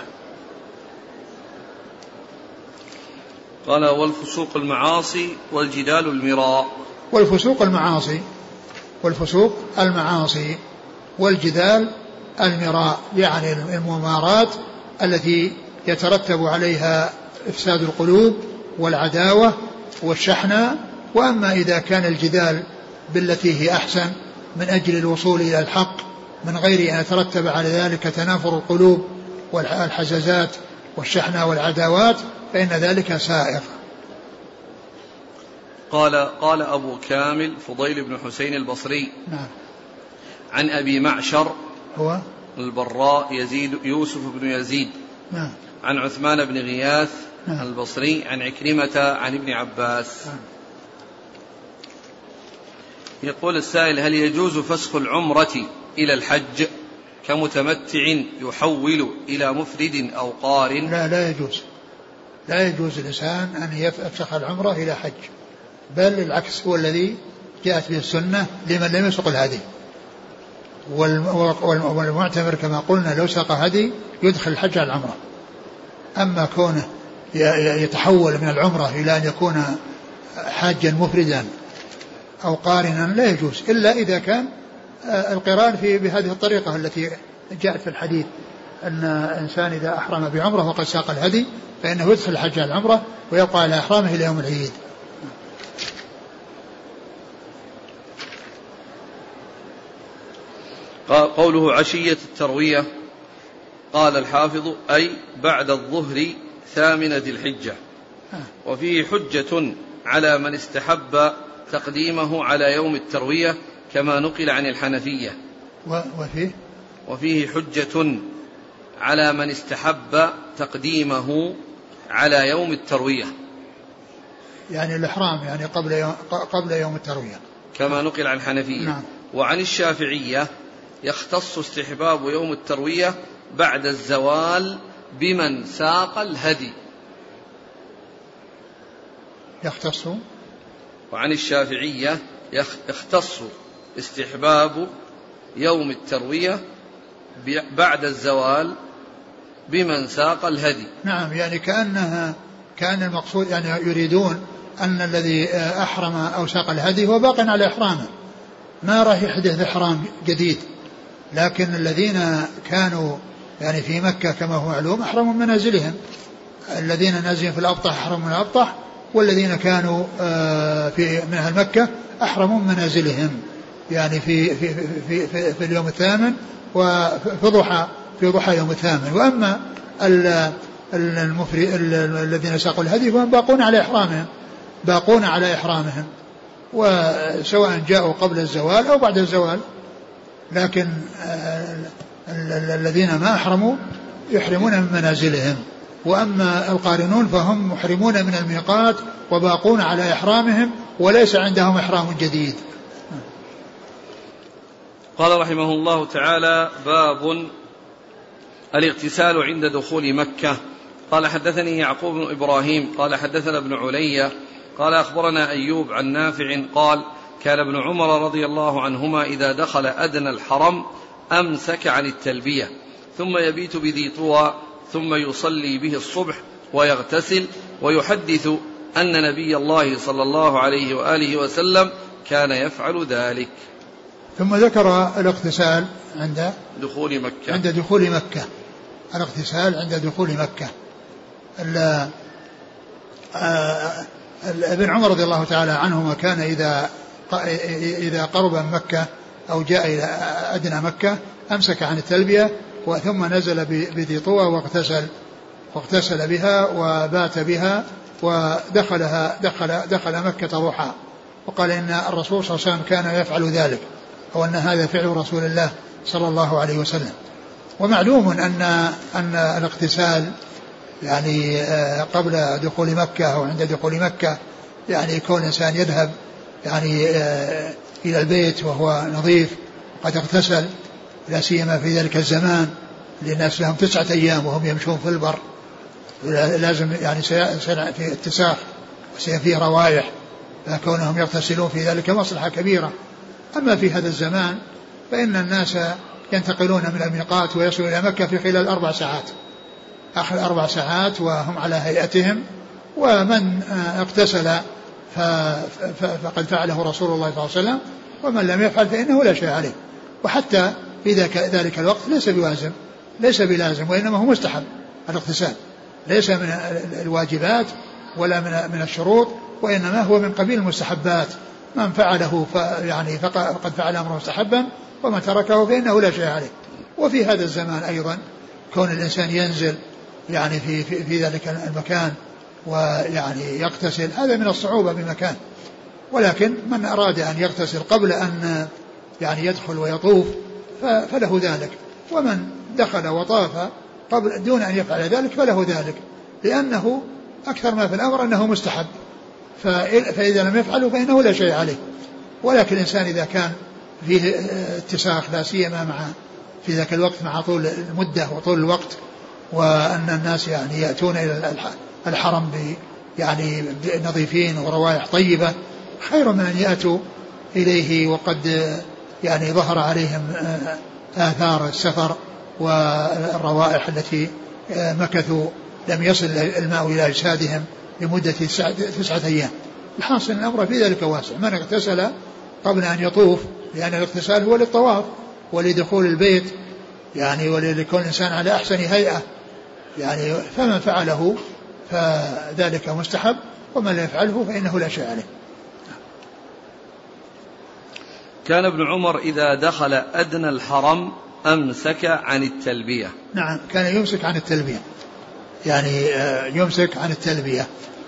قال والفسوق المعاصي والجدال المراء. والفسوق المعاصي والفسوق المعاصي والجدال المراء يعني الممارات التي يترتب عليها إفساد القلوب والعداوة والشحنة. وأما إذا كان الجدال بالتي هي أحسن من أجل الوصول إلى الحق من غير أن يترتب على ذلك تنافر القلوب والحزازات والشحنة والعداوات فإن ذلك سائغ. قال قال أبو كامل فضيل بن حسين البصري نعم. عن أبي معشر هو البراء يزيد يوسف بن يزيد نعم. عن عثمان بن غياث نعم. البصري عن عكرمة عن ابن عباس. نعم. يقول السائل هل يجوز فسخ العمرة إلى الحج كمتمتع يحول إلى مفرد أو قارن؟ لا لا يجوز لا يجوز الإنسان أن يفسخ العمرة إلى حج بل العكس هو الذي جاءت به السنة لمن لم يسق الهدي والمعتمر كما قلنا لو ساق هدي يدخل الحج على العمرة. أما كونه يتحول من العمرة إلى أن يكون حاجا مفردا أو قارنا لا يجوز إلا إذا كان القران في بهذه الطريقة التي جاءت في الحديث أن إنسان إذا أحرم بعمرة وقد ساق الهدي فإنه يدخل الحج على العمرة ويبقى على إحرامه إلى يوم العيد. قوله عشية التروية قال الحافظ أي بعد الظهر ثامن ذي الحجة وفيه حجة على من استحب تقديمه على يوم التروية كما نقل عن الحنفية. وفيه وفيه حجة على من استحب تقديمه على يوم التروية يعني الإحرام يعني قبل يوم, قبل يوم التروية كما نقل عن الحنفية. نعم. وعن الشافعية يختص استحباب يوم التروية بعد الزوال بمن ساق الهدي. يختص وعن الشافعية يختص استحباب يوم التروية بعد الزوال بمن ساق الهدي. نعم يعني كأنها كان المقصود يعني يريدون أن الذي أحرم أو ساق الهدي هو باق على إحرامه ما راح يحدث إحرام جديد لكن الذين كانوا يعني في مكة كما هو معلوم أحرموا من منازلهم الذين نازلين في الأبطح أحرموا من الأبطح والذين كانوا في من أهل مكة أحرموا من منازلهم يعني في في في في, في اليوم الثامن وفي ضحى في ضحى يوم الثامن. وأما المفرد الذين ساقوا الهدي هم باقون على إحرامهم باقون على إحرامهم وسواء جاءوا قبل الزوال أو بعد الزوال لكن الذين ما أحرموا يحرمون من منازلهم. وأما القارنون فهم محرمون من الميقات وباقون على إحرامهم وليس عندهم إحرام جديد. قال رحمه الله تعالى باب الاغتسال عند دخول مكة. قال حدثني يعقوب بن إبراهيم قال حدثنا ابن علي قال أخبرنا أيوب عن نافع قال كان ابن عمر رضي الله عنهما إذا دخل أدنى الحرم أمسك عن التلبية ثم يبيت بذي طوى ثم يصلي به الصبح ويغتسل ويحدث أن نبي الله صلى الله عليه وآله وسلم كان يفعل ذلك. ثم ذكر الاغتسال عند دخول مكة عند دخول مكة الاغتسال عند دخول مكة. ابن عمر رضي الله تعالى عنهما كان إذا إذا قرب من مكة أو جاء إلى أدنى مكة أمسك عن التلبية ثم نزل بذي طوى واغتسل واغتسل بها وبات بها ودخلها دخل دخل مكة ضحى. وقال إن الرسول صلى الله عليه وسلم كان يفعل ذلك أو أن هذا فعل رسول الله صلى الله عليه وسلم. ومعلوم أن أن الاغتسال يعني قبل دخول مكة أو عند دخول مكة يعني كون الإنسان يذهب يعني إلى البيت وهو نظيف قد اغتسل، لا سيما في ذلك الزمان للناس لهم تسعة أيام وهم يمشون في البر، لازم يعني سيصير في اتساخ وسيصير فيه روائح، فكونهم يغتسلون في ذلك مصلحة كبيرة. أما في هذا الزمان فإن الناس ينتقلون من الميقات ويصلون إلى مكة في خلال أربع ساعات، آخر أربع ساعات وهم على هيئتهم. ومن اغتسل فقد فعله رسول الله صلى الله عليه وسلم، ومن لم يفعل فإنه لا شيء عليه. وحتى في ذلك الوقت ليس بوازم ليس بلازم، وإنما هو مستحب الاغتسال، ليس من الواجبات ولا من من الشروط، وإنما هو من قبيل المستحبات. من فعله يعني فقد فعل أمره مستحبا، ومن تركه فإنه لا شيء عليه. وفي هذا الزمان أيضا كون الإنسان ينزل يعني في, في, في ذلك المكان ويعني يغتسل هذا من الصعوبة بمكان، ولكن من أراد أن يغتسل قبل أن يعني يدخل ويطوف فله ذلك، ومن دخل وطاف قبل دون أن يفعل ذلك فله ذلك، لأنه أكثر ما في الأمر أنه مستحب، فإذا لم يفعله فإنه لا شيء عليه. ولكن الإنسان إذا كان فيه اتساخ لا سيما مع في ذاك الوقت مع طول المدة وطول الوقت، وأن الناس يعني يأتون إلى الحرم يعني نظيفين وروائح طيبة، خير من أن يأتوا إليه وقد يعني ظهر عليهم آثار السفر والروائح التي مكثوا لم يصل الماء إلى أجسادهم لمدة تسعة أيام. الحاصل الأمر في ذلك واسع. من اغتسل قبل أن يطوف، لأن الاغتسال هو للطواف ولدخول البيت يعني ولكون الإنسان على أحسن هيئة يعني، فمن فعله فذلك مستحب، ومن لا يفعله فإنه لا شيء عليه. كان ابن عمر إذا دخل أدنى الحرم أمسك عن التلبية. نعم، كان يمسك عن التلبية، يعني يمسك عن التلبية.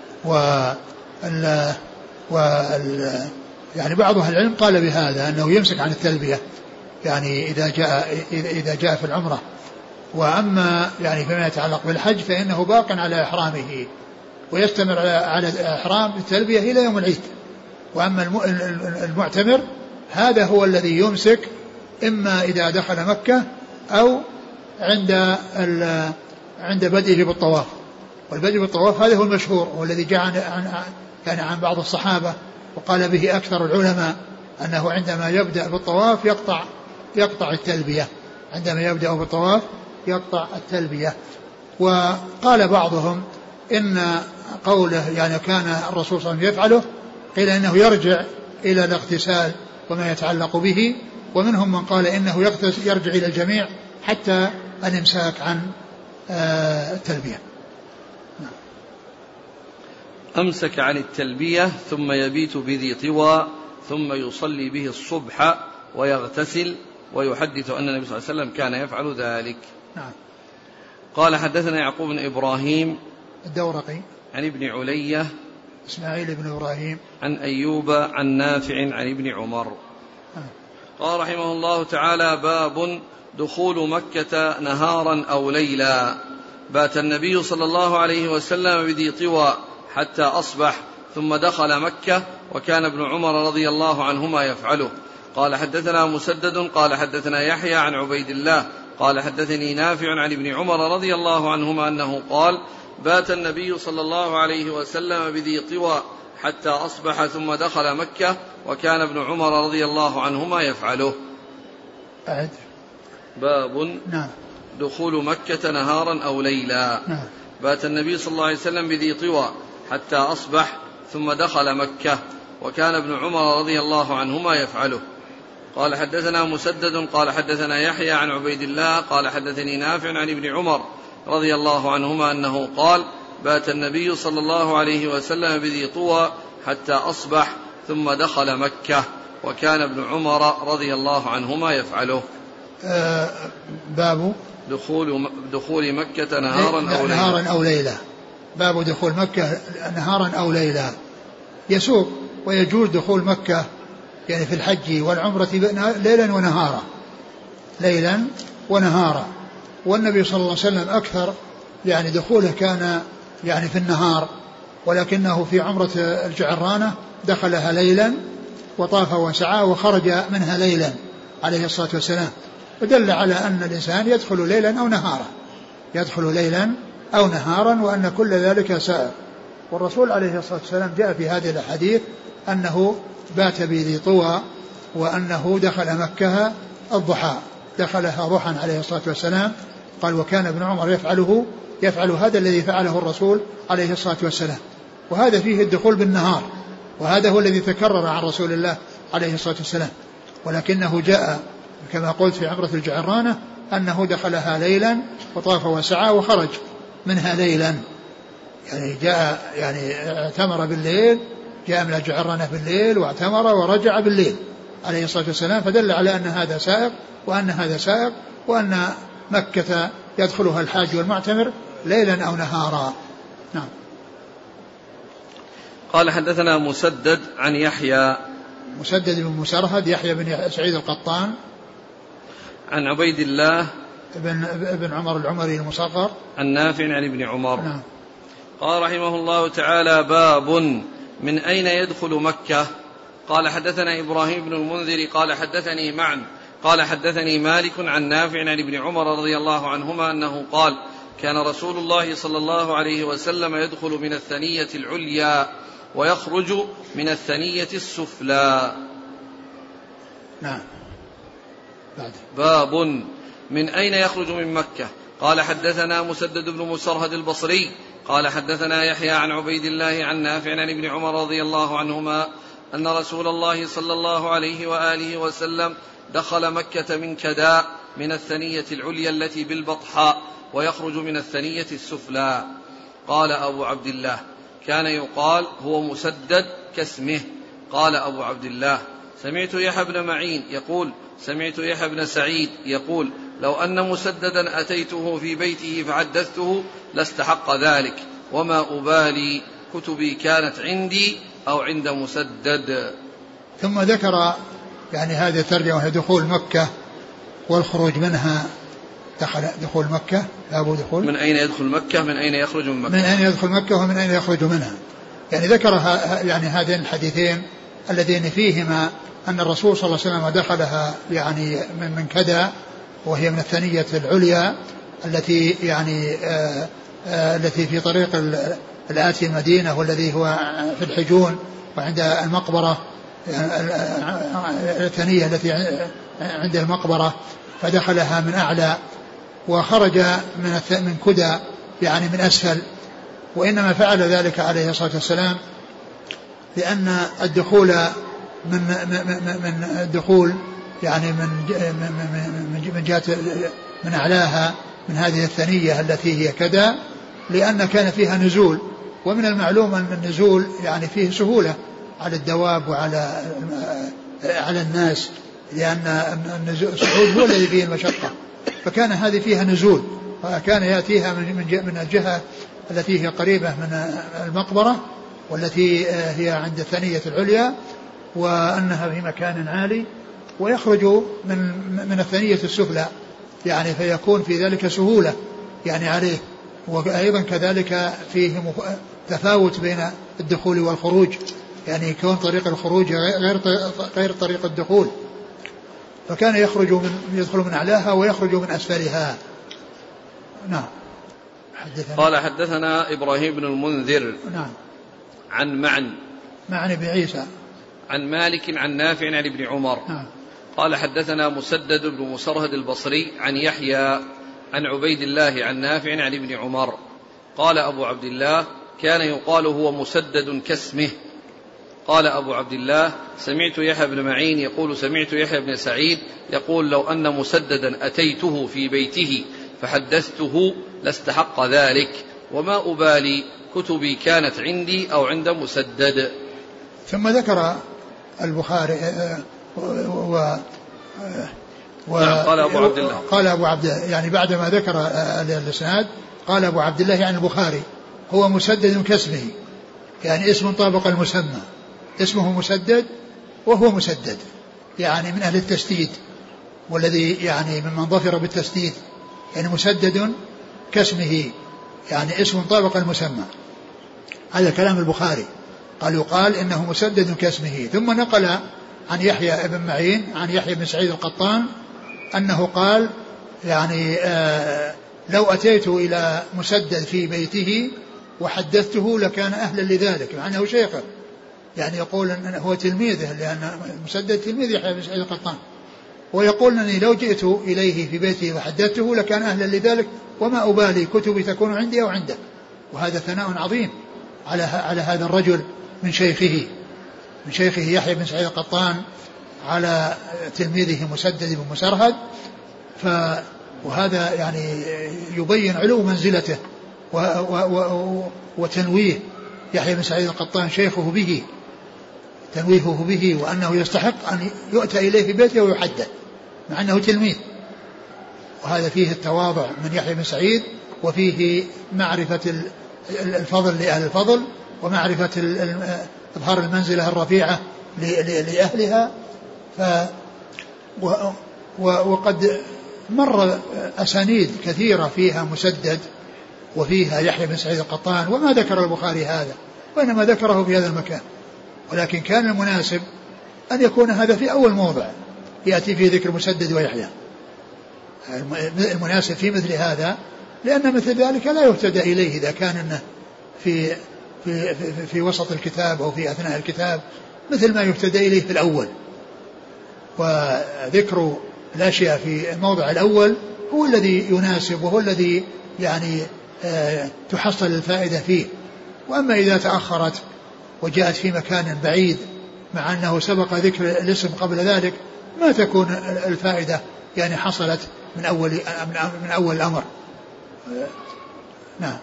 وال وال يعني بعض أهل العلم قال بهذا أنه يمسك عن التلبية يعني إذا جاء إذا جاء في العمرة. وأما يعني فيما يتعلق بالحج فإنه باق على إحرامه ويستمر على إحرام التلبية إلى يوم العيد. وأما المعتمر هذا هو الذي يمسك إما إذا دخل مكة أو عند عند بدئه بالطواف. والبدء بالطواف هذا هو المشهور والذي جاء عن كان عن بعض الصحابة وقال به أكثر العلماء أنه عندما يبدأ بالطواف يقطع يقطع التلبية، عندما يبدأ بالطواف يقطع التلبية. وقال بعضهم إن قوله يعني كان الرسول صلى الله عليه وسلم يفعله، قيل إنه يرجع إلى الاغتسال وما يتعلق به، ومنهم من قال إنه يرجع إلى الجميع حتى الإمساك عن التلبية. أمسك عن التلبية ثم يبيت بذي طوى ثم يصلي به الصبح ويغتسل ويحدث أن النبي صلى الله عليه وسلم كان يفعل ذلك. نعم. قال حدثنا يعقوب بن إبراهيم الدورقي عن ابن علية إسماعيل بن إبراهيم عن أيوب عن نافع عن ابن عمر. قال رحمه الله تعالى: باب دخول مكة نهارا أو ليلا. بات النبي صلى الله عليه وسلم بذي طوى حتى أصبح ثم دخل مكة، وكان ابن عمر رضي الله عنهما يفعله. قال حدثنا مسدد قال حدثنا يحيى عن عبيد الله قال حدثني نافع عن ابن عمر رضي الله عنهما أنه قال: بات النبي صلى الله عليه وسلم بذي طوى حتى أصبح ثم دخل مكة، وكان ابن عمر رضي الله عنهما يفعله. أعد. باب نعم. دخول مكة نهارا أو ليلا. نعم. بات النبي صلى الله عليه وسلم بذي طوى حتى أصبح ثم دخل مكة، وكان ابن عمر رضي الله عنهما يفعله. قال حدثنا مسدد قال حدثنا يحيى عن عبيد الله قال حدثني نافع عن ابن عمر رضي الله عنهما أنه قال: بات النبي صلى الله عليه وسلم بذي طوى حتى أصبح ثم دخل مكة، وكان ابن عمر رضي الله عنهما يفعله. آه باب دخول دخول مكة نهارا أو ليلا. نهارا أو ليلا. باب دخول مكة نهارا أو ليلا. يسوق ويجوز دخول مكة يعني في الحج والعمرة ليلا ونهارا، ليلا ونهارا. والنبي صلى الله عليه وسلم أكثر يعني دخوله كان يعني في النهار، ولكنه في عمرة الجعرانة دخلها ليلا وطاف وسعى وخرج منها ليلا عليه الصلاة والسلام. فدل على أن الإنسان يدخل ليلا أو نهارا يدخل ليلا أو نهارا وأن كل ذلك سائر. والرسول عليه الصلاة والسلام جاء في هذه الأحاديث أنه بات بذي طوى وأنه دخل مكة الضحى دخلها ضحى عليه الصلاة والسلام. قال وكان ابن عمر يفعله يفعل هذا الذي فعله الرسول عليه الصلاة والسلام. وهذا فيه الدخول بالنهار وهذا هو الذي تكرر عن رسول الله عليه الصلاة والسلام. ولكنه جاء كما قلت في عمرة الجعرانة أنه دخلها ليلا وطاف وسعى وخرج منها ليلا يعني جاء يعني اعتمر بالليل جاء من الجعرانة بالليل واعتمر ورجع بالليل عليه الصلاة والسلام. فدل على أن هذا سائق وأن هذا سائق وأن مكة يدخلها الحاج والمعتمر ليلا أو نهارا. نعم. قال حدثنا مسدد عن يحيى مسدد بن مسرهد يحيى بن سعيد القطان عن عبيد الله ابن, ابن عمر العمري المصغر عن نافع عن ابن عمر. نعم. قال رحمه الله تعالى باب من أين يدخل مكة. قال حدثنا إبراهيم بن المنذر قال حدثني معن قال حدثني مالك عن نافع عن ابن عمر رضي الله عنهما أنه قال كان رسول الله صلى الله عليه وسلم يدخل من الثنية العليا ويخرج من الثنية السفلى. نعم. بعد. باب من أين يخرج من مكة. قال حدثنا مسدد بن مسرهد البصري قال حدثنا يحيى عن عبيد الله عن نافع عن ابن عمر رضي الله عنهما أن رسول الله صلى الله عليه وآله وسلم دخل مكة من كداء من الثنية العليا التي بالبطحاء ويخرج من الثنية السفلى. قال أبو عبد الله كان يقال هو مسدد كاسمه. قال أبو عبد الله سمعت يحيى بن معين يقول سمعت يحيى بن سعيد يقول لو أن مسددا أتيته في بيته فحدثته لاستحق ذلك وما أبالي كتبي كانت عندي أو عند مسدد. ثم ذكر يعني هذه الترجمة دخول مكة والخروج منها. دخل دخول مكة أبو دخول من أين يدخل مكة من أين يخرج من مكة من أين يدخل مكة ومن أين يخرج منها. يعني ذكر يعني هذين الحديثين اللذين فيهما أن الرسول صلى الله عليه وسلم دخلها يعني من كدا وهي من الثنية العليا التي يعني آآ آآ التي في طريق الآتي المدينة والذي هو في الحجون وعند المقبرة الثنية التي عند المقبرة فدخلها من أعلى وخرج من من كدا يعني من أسفل. وإنما فعل ذلك عليه الصلاة والسلام لأن الدخول من من من الدخول يعني من من من جهة من أعلاها من هذه الثنية التي هي كدا لأن كان فيها نزول. ومن المعلوم أن النزول يعني فيه سهولة على الدواب وعلى على الناس لأن الصعود هو الذي فيه المشقة. فكان هذه فيها نزول وكان يأتيها من الجهة التي هي قريبة من المقبرة والتي هي عند الثنية العليا وأنها في مكان عالي ويخرج من من الثنية السفلى يعني فيكون في ذلك سهولة يعني عليه. وأيضا كذلك فيه تفاوت بين الدخول والخروج يعني يكون طريق الخروج غير غير طريق الدخول. فكان يخرج من يدخل من أعلاها ويخرج من أسفلها. نعم. حدثنا قال حدثنا إبراهيم بن المنذر نعم عن معن معن بن عيسى عن مالك عن نافع عن ابن عمر نعم. قال حدثنا مسدد بن مسرهد البصري عن يحيى عن عبيد الله عن نافع عن ابن عمر. قال أبو عبد الله كان يقال هو مسدد كاسمه. قال أبو عبد الله سمعت يحيى بن معين يقول سمعت يحيى بن سعيد يقول لو أن مسددا أتيته في بيته فحدثته لاستحق ذلك وما أبالي كتبي كانت عندي أو عند مسدد. ثم ذكر البخاري و و قال أبو عبد الله قال أبو عبد الله يعني بعدما ذكر الإسناد قال أبو عبد الله يعني البخاري هو مسدد كاسمه يعني اسم طابق المسمى اسمه مسدد وهو مسدد يعني من أهل التسديد والذي يعني ممن ظفر بالتسديد يعني مسدد كاسمه يعني اسم طابق المسمى. هذا كلام البخاري قال يقال إنه مسدد كاسمه. ثم نقل عن يحيى بن معين عن يحيى بن سعيد القطان أنه قال يعني آه لو أتيت إلى مسدد في بيته وحدثته لكان أهلا لذلك، مع أنه شيخه، يعني يقول أنه هو تلميذه، لأن مسدد تلميذ يحيى بن سعيد القطان، ويقول أنني لو جئت إليه في بيته وحدثته لكان أهلا لذلك وما أبالي كتبي تكون عندي أو عنده. وهذا ثناء عظيم على على هذا الرجل من شيخه من شيخه يحيى بن سعيد القطان على تلميذه مسدد بن مسرهد. ف وهذا يعني يبين علو منزلته و و و وتنويه يحيى بن سعيد القطان شيخه به، تنويهه به، وأنه يستحق أن يؤتى إليه في بيته ويحدث مع أنه تلميذ. وهذا فيه التواضع من يحيى بن سعيد، وفيه معرفة الفضل لأهل الفضل، ومعرفة إظهار المنزلة الرفيعة لأهلها. ف وقد مر أسانيد كثيرة فيها مسدد وفيها يحيى بن سعيد القطان، وما ذكر البخاري هذا، وإنما ذكره في هذا المكان، ولكن كان المناسب أن يكون هذا في أول موضع يأتي فيه ذكر مسدد ويحيى، المناسب في مثل هذا، لأن مثل ذلك لا يهتدى إليه إذا كان إنه في, في, في, في وسط الكتاب أو في أثناء الكتاب، مثل ما يهتدى إليه في الأول. وذكر الأشياء في الموضع الأول هو الذي يناسب، وهو الذي يعني آه تحصل الفائدة فيه. وأما إذا تأخرت وجاءت في مكان بعيد مع أنه سبق ذكر الاسم قبل ذلك، ما تكون الفائدة يعني حصلت من أول من أول الأمر. نعم.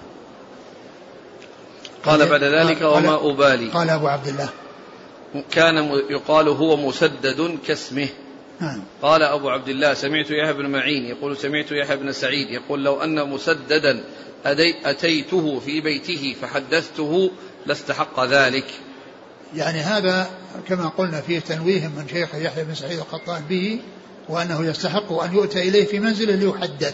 قال بعد ذلك: وما أبالي. قال أبو عبد الله: كان يقال هو مسدد كاسمه. نعم. قال أبو عبد الله: سمعت يحيى بن معين يقول سمعت يحيى بن سعيد يقول لو أن مسددا أتيته في بيته فحدثته لاستحق ذلك. يعني هذا كما قلنا فيه تنويه من شيخ يحيى بن سعيد القطان به، وأنه يستحق أن يؤتى إليه في منزله ليحدث،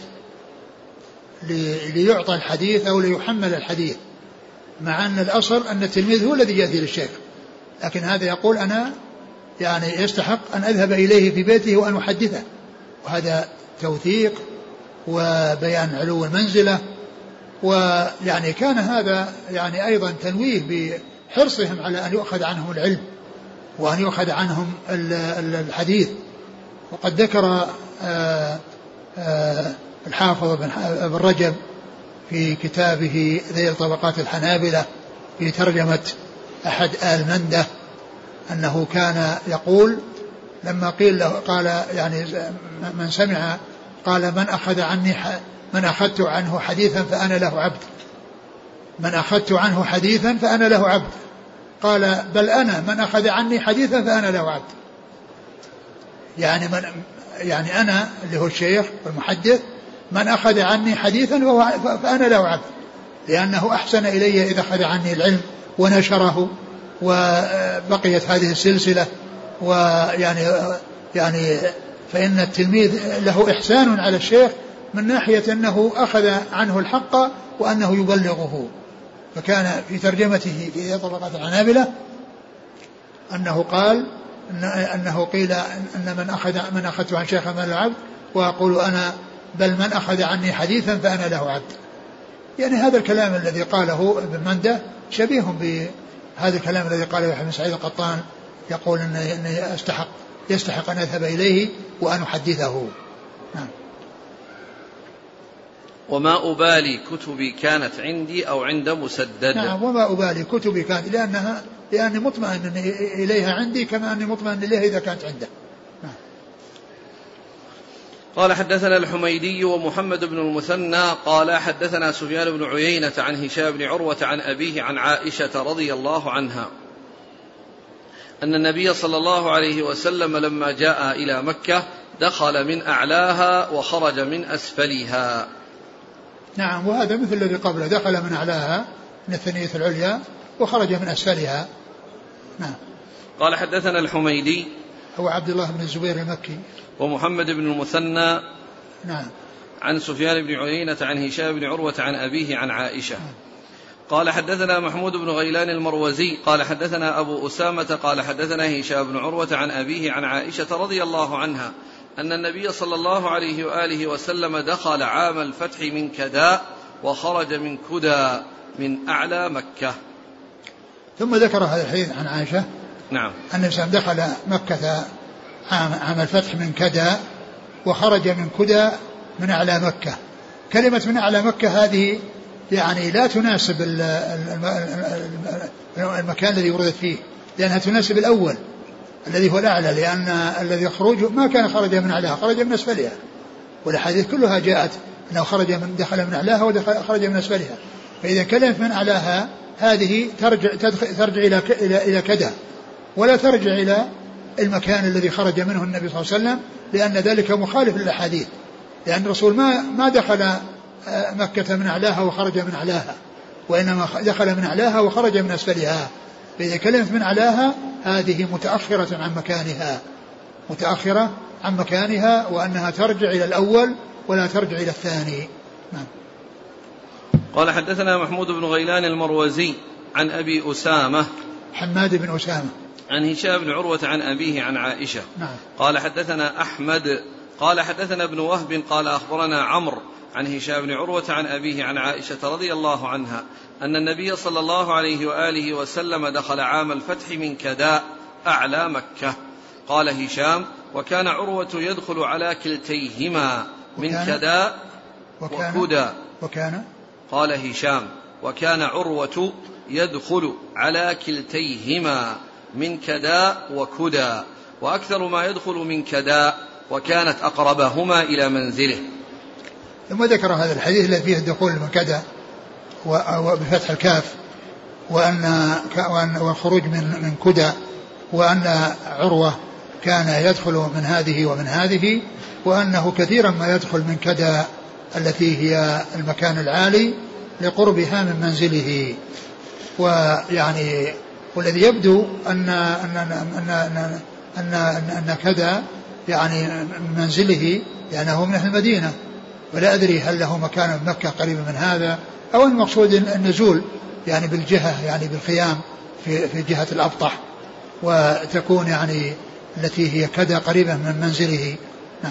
ليعطى الحديث أو ليحمل الحديث، مع أن الأصل أن التلميذ هو الذي يأتي للشيخ، لكن هذا يقول أنا يعني يستحق أن أذهب إليه في بيته وأن أحدثه. وهذا توثيق وبيان علو المنزلة. ويعني كان هذا يعني أيضا تنويه بحرصهم على أن يؤخذ عنهم العلم وأن يؤخذ عنهم الحديث. وقد ذكر آآ آآ الحافظ بن رجب في كتابه ذيل طبقات الحنابلة في ترجمة أحد آل منده أنه كان يقول لما قيل له، قال يعني من سمع، قال من أخذ عني من أخذت عنه حديثا فأنا له عبد، من أخذت عنه حديثا فأنا له عبد. قال بل أنا من أخذ عني حديثا فأنا له عبد، يعني من يعني أنا اللي هو الشيخ والمحدث، من أخذ عني حديثا فأنا له عبد، لأنه أحسن إلي إذا أخذ عني العلم ونشره وبقيت هذه السلسلة. ويعني يعني فإن التلميذ له إحسان على الشيخ من ناحية أنه أخذ عنه الحق وأنه يبلغه. فكان في ترجمته في طبقات الحنابلة أنه قال إن أنه قيل أن من أخذ من أخذت عن شيخ من العبد، وأقول أنا بل من أخذ عني حديثا فأنا له عبد. يعني هذا الكلام الذي قاله ابن منده شبيه بهذا الكلام الذي قاله يحيى بن سعيد القطان، يقول أنه يستحق يستحق أن أذهب إليه وأن أحدثه. نعم. وما أبالي كتبي كانت عندي أو عند مسدد. نعم. وما أبالي كتبي كانت، لأنها لأني مطمئن إليها عندي كما أني مطمئن إليها إذا كانت عنده. نعم. قال حدثنا الحميدي ومحمد بن المثنى قال حدثنا سفيان بن عيينة عن هشام بن عروة عن أبيه عن عائشة رضي الله عنها أن النبي صلى الله عليه وسلم لما جاء إلى مكة دخل من أعلاها وخرج من أسفلها. نعم. وهذا مثل الذي قبله، دخل من أعلاها من الثنية العليا وخرج من أسفلها. نعم. قال حدثنا الحميدي هو عبد الله بن الزبير المكي ومحمد بن المثنى نعم عن سفيان بن عيينة عن هشام بن عروة عن أبيه عن عائشة. نعم. قال حدثنا محمود بن غيلان المروزي قال حدثنا أبو أسامة قال حدثنا هشام بن عروة عن أبيه عن عائشة رضي الله عنها أن النبي صلى الله عليه وآله وسلم دخل عام الفتح من كداء وخرج من كدى من أعلى مكة. ثم ذكر هذا الحديث عن عائشة نعم أن الإنسان دخل مكة عام, عام الفتح من كداء وخرج من كدى من أعلى مكة. كلمة من أعلى مكة هذه يعني لا تناسب المكان الذي وردت فيه، لأنها تناسب الأول الذي هو الأعلى، لأن الذي يخرج ما كان خرج من أعلاها، خرج من أسفلها، والأحاديث كلها جاءت أنه خرج من دخل من أعلاها وخرج من أسفلها. فإذا كلمة من أعلاها هذه ترجع, ترجع إلى إلى كذا، ولا ترجع إلى المكان الذي خرج منه النبي صلى الله عليه وسلم، لأن ذلك مخالف للأحاديث، لأن الرسول ما ما دخل مكة من أعلاها وخرج من أعلاها، وإنما دخل من أعلاها وخرج من أسفلها. فإذا كلمة من أعلاها هذه متأخرة عن مكانها، متأخرة عن مكانها، وأنها ترجع إلى الأول ولا ترجع إلى الثاني. نعم. قال حدثنا محمود بن غيلان المروزي عن أبي أسامة حماد بن أسامة عن هشام بن عروة عن أبيه عن عائشة. نعم. قال حدثنا أحمد قال حدثنا ابن وهب قال أخبرنا عمرو عن هشام بن عروة عن أبيه عن عائشة رضي الله عنها أن النبي صلى الله عليه وآله وسلم دخل عام الفتح من كداء أعلى مكة. قال هشام وكان عروة يدخل على كلتيهما من كداء وكدى. وكان قال هشام وكان عروة يدخل على كلتيهما من كداء وكدى، وأكثر ما يدخل من كداء، وكانت أقربهما إلى منزله. ثم ذكر هذا الحديث الذي فيه الدخول من كدى وبفتح الكاف، وأن والخروج من من كدى، وأن عروة كان يدخل من هذه ومن هذه، وأنه كثيرا ما يدخل من كدى التي هي المكان العالي لقربها من منزله. ويعني والذي يبدو أن أن أن أن أن, أن كذا يعني منزله لأنه من أهل المدينة، ولا أدري هل له مكان بمكة قريب من هذا، أو المقصود النزول يعني بالجهة يعني بالخيام في في جهة الأبطح، وتكون يعني التي هي كذا قريبة من منزله. نعم.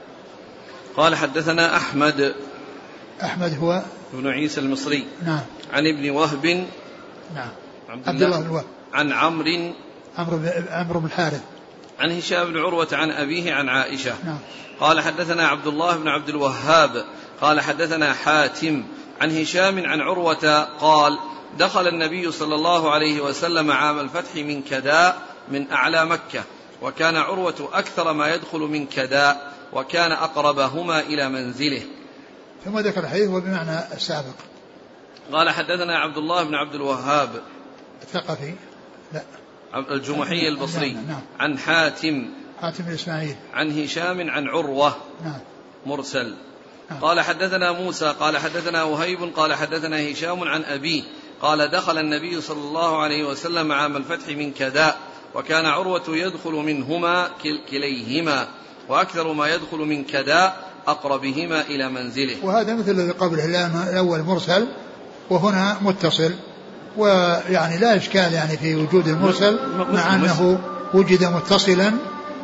قال حدثنا أحمد أحمد هو ابن عيسى المصري. نعم. عن ابن وهب. نعم. عبد الله بن وهب. عن عمرو عمرو بن الحارث. عن هشام بن عروة عن أبيه عن عائشة. نعم. قال حدثنا عبد الله بن عبد الوهاب قال حدثنا حاتم عن هشام عن عروة قال دخل النبي صلى الله عليه وسلم عام الفتح من كداء من أعلى مكة، وكان عروة أكثر ما يدخل من كداء، وكان أقربهما إلى منزله. ثم ذكر الحديث وبمعنى السابق. قال حدثنا عبد الله بن عبد الوهاب الثقفي لا الجمحي البصري. نعم. عن حاتم حاتم الإسماعيل عن هشام عن عروة. نعم. مرسل. نعم. قال حدثنا موسى قال حدثنا وهيب قال حدثنا هشام عن أبيه قال دخل النبي صلى الله عليه وسلم عام الفتح من كداء، وكان عروة يدخل منهما كليهما، وأكثر ما يدخل من كداء أقربهما إلى منزله. وهذا مثل الذي قبله، الأول مرسل وهنا متصل، ويعني لا إشكال يعني في وجود المرسل مع أنه وجد متصلا.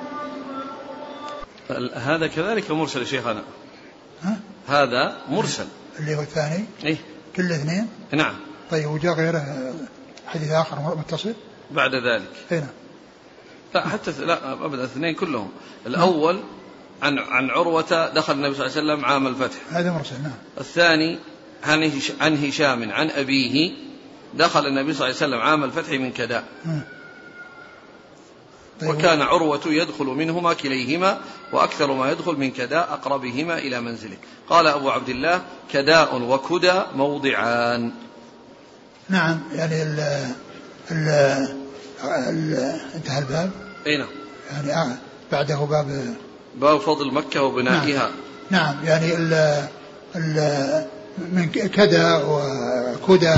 هذا كذلك مرسل شيخنا. ها؟ هذا مرسل اللي هو الثاني. إيه؟ كل اثنين. نعم. طيب وجاء غيره حديث آخر متصل بعد ذلك. هنا لا حتى لا أبدا الاثنين كلهم. الأول عن عن عروة دخل النبي صلى الله عليه وسلم عام الفتح، هذا مرسل. نعم. الثاني عن هشام عن أبيه دخل النبي صلى الله عليه وسلم عام الفتح من كداء، طيب. وكان عروة يدخل منهما كليهما، وأكثر ما يدخل من كداء أقربهما إلى منزله. قال أبو عبد الله كداء وكدى موضعان. نعم. يعني ال ال ال انتهى الباب. أي نعم. يعني آه بعده باب باب فضل مكة وبنائها. نعم, نعم. يعني ال ال من كدى وكدى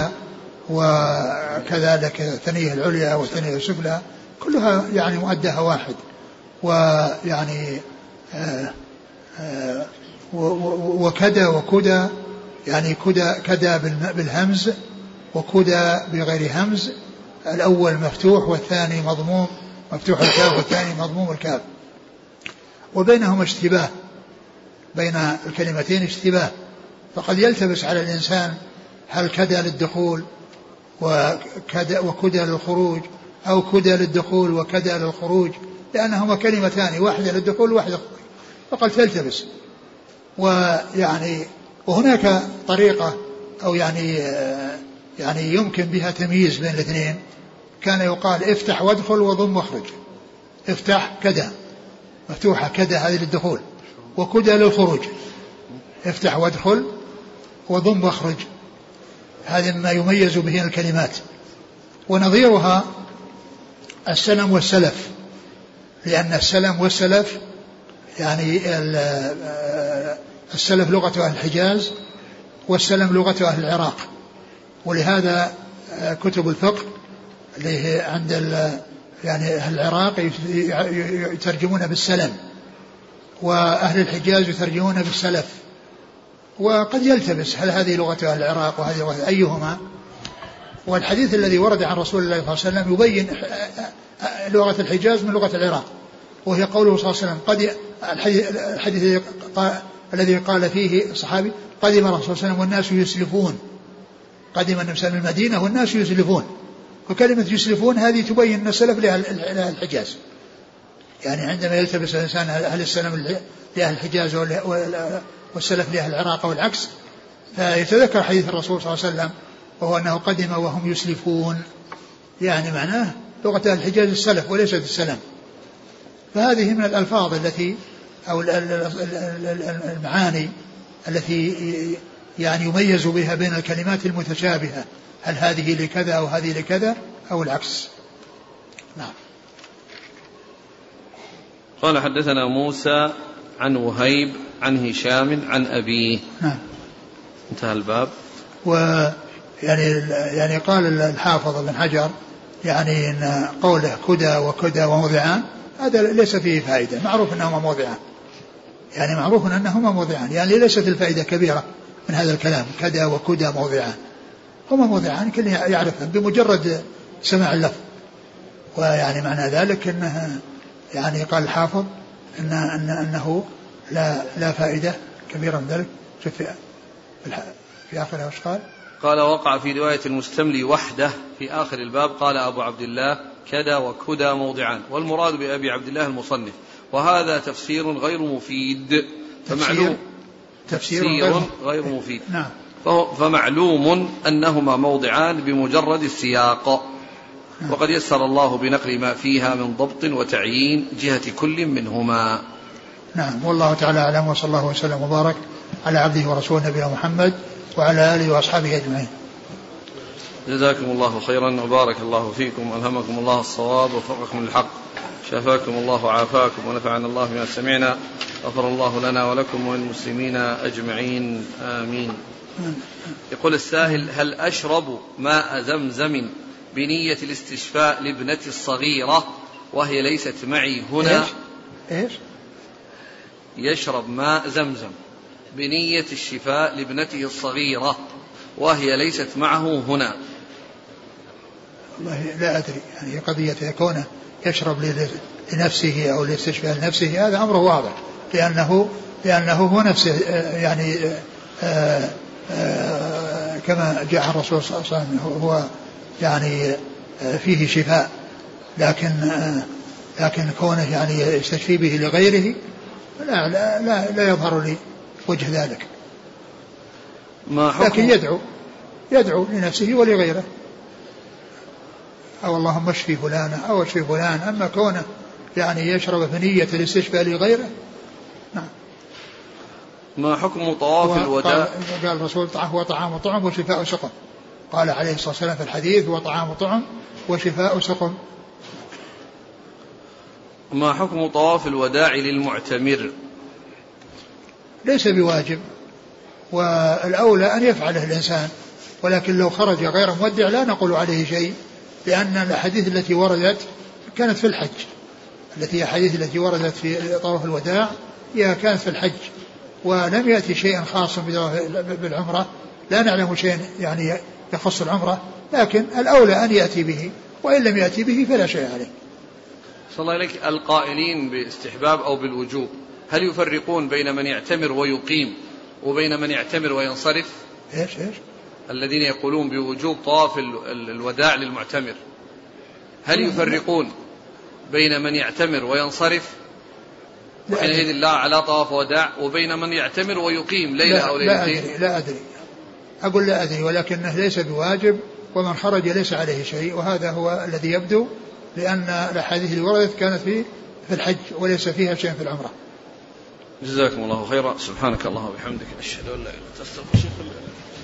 وكذلك الثنية العليا والثنية السفلى كلها يعني مؤدها واحد، ويعني آه آه وكدى وكدى يعني كدى كدى بالهمز وكدى بغير همز، الأول مفتوح والثاني مضموم، مفتوح الكاف والثاني مضموم الكاف، وبينهما اشتباه، بين الكلمتين اشتباه، فقد يلتبس على الإنسان هل كدى للدخول وكدى, وكدى للخروج، أو كدى للدخول وكدى للخروج، لأنهما كلمتان، واحدة للدخول وواحدة للخروج، فقد تلتبس. ويعني وهناك طريقة أو يعني يعني يمكن بها تمييز بين الاثنين، كان يقال افتح وادخل وضم واخرج. افتح كدى مفتوحة كدى هذه للدخول، وكدى للخروج. افتح وادخل وضم واخرج، هذا ما يميز به الكلمات. ونظيرها السلم والسلف، لأن السلم والسلف يعني السلف لغة أهل الحجاز والسلم لغة أهل العراق، ولهذا كتب الفقه اللي عند يعني أهل العراق يترجمون بالسلم، وأهل الحجاز يترجمون بالسلف. وقد يلتبس هل هذه لغة أهل العراق وهذه لغة أيهما. والحديث الذي ورد عن رسول الله صلى الله عليه وسلم يبين لغة الحجاز من لغة العراق، وهي قوله صلى الله عليه وسلم قد الحديث الذي قال فيه الصحابي قدم الرسول صلى الله عليه وسلم والناس يسلفون، قدم النبي صلى الله عليه وسلم المدينة والناس يسلفون. وكلمة يسلفون هذه تبين أن السلف لأهل الحجاز، يعني عندما يلتبس الإنسان أهل السلم لأهل الحجاز والسلف لأهل العراق والعكس، فيتذكر حديث الرسول صلى الله عليه وسلم وهو أنه قدم وهم يسلفون، يعني معناه لغة أهل الحجاز السلف وليست السلم. فهذه من الألفاظ التي أو المعاني التي يعني يميز بها بين الكلمات المتشابهة، هل هذه لكذا أو هذه لكذا أو العكس. نعم. قال حدثنا موسى عن وهيب عن هشام عن أبيه. نعم. انتهى الباب. ويعني يعني قال الحافظ ابن حجر يعني إن قوله كدى وكدى وموضعان هذا ليس فيه فائدة، معروف أنهما موضعان، يعني معروف أنهما موضعان، يعني ليست الفائدة كبيرة من هذا الكلام كدى وكدى موضعان، هما موضعان كل يعرفهم بمجرد سماع اللفظ. ويعني معنى ذلك أنه يعني قال الحافظ إن أن أنه لا لا فائدة كبيرة من ذلك. شوف في, في آخرها وش قال؟ قال وقع في رواية المستملي وحده في آخر الباب قال أبو عبد الله كدى وكدى موضعان، والمراد بأبي عبد الله المصنف، وهذا تفسير غير مفيد، فمعلوم تفسير, تفسير غير, غير مفيد. نعم. فمعلوم أنهما موضعان بمجرد السياق. نعم. وقد يسر الله بنقل ما فيها من ضبط وتعيين جهة كل منهما. نعم. والله تعالى أعلم، وصلى الله وسلم وبارك على عبده ورسوله نبينا محمد وعلى آله وأصحابه أجمعين. جزاكم الله خيرا وبارك الله فيكم، ألهمكم الله الصواب ووفقكم للحق، شفاكم الله وعافاكم ونفعنا الله بما سمعنا، غفر الله لنا ولكم وللمسلمين أجمعين، آمين. يقول السائل: هل أشرب ماء زمزم بنية الاستشفاء لابنتي الصغيرة وهي ليست معي هنا؟ إيش؟ إيش؟ يشرب ماء زمزم بنية الشفاء لابنته الصغيرة وهي ليست معه هنا. والله لا أدري، يعني قضية كونه يشرب لنفسه أو لاستشفاء لنفسه هذا أمره واضح، لأنه لأنه هو نفسه يعني آآ آآ كما جاء الرسول صلى الله عليه وسلم هو يعني فيه شفاء، لكن لكن كونه يعني يستشفي به لغيره لا لا لا, لا يظهر لي وجه ذلك. ما لكن يدعو يدعو لنفسه ولغيره، أو اللهم اشفي فلانا أو اشفي فلان، أما كونه يعني يشرب بنية الاستشفاء لغيره. نعم. ما حكم طواف الوداع؟ قال الرسول هو طعام وطعم وشفاء سقم، قال عليه الصلاة والسلام في الحديث هو طعام وطعم وشفاء سقم. ما حكم طواف الوداع للمعتمر؟ ليس بواجب، والأولى أن يفعله الإنسان، ولكن لو خرج غير مودع لا نقول عليه شيء، لأن الأحاديث التي وردت كانت في الحج، التي هي الحديث التي وردت في طواف الوداع هي كانت في الحج، ولم يأتي شيء خاص بالعمرة، لا نعلم شيء يعني يخص العمرة، لكن الأولى أن يأتي به، وإن لم يأتي به فلا شيء عليه. صلى الله عليك. القائلين باستحباب أو بالوجوب هل يفرقون بين من يعتمر ويقيم وبين من يعتمر وينصرف؟ إيش إيش الذين يقولون بوجوب طواف الوداع للمعتمر هل يفرقون بين من يعتمر وينصرف وحينئذ لا على طواف وداع وبين من يعتمر ويقيم ليلة أو ليلتين؟ لا أدري, لا أدري أقول لا أدري، ولكنه ليس بواجب، ومن خرج ليس عليه شيء، وهذا هو الذي يبدو، لأن الأحاديث اللي وردت كانت في في الحج وليس فيها شيء في العمرة. جزاكم الله خيرا. سبحانك اللهم وبحمدك أشهد أن لا إله إلا أنت أستغفرك.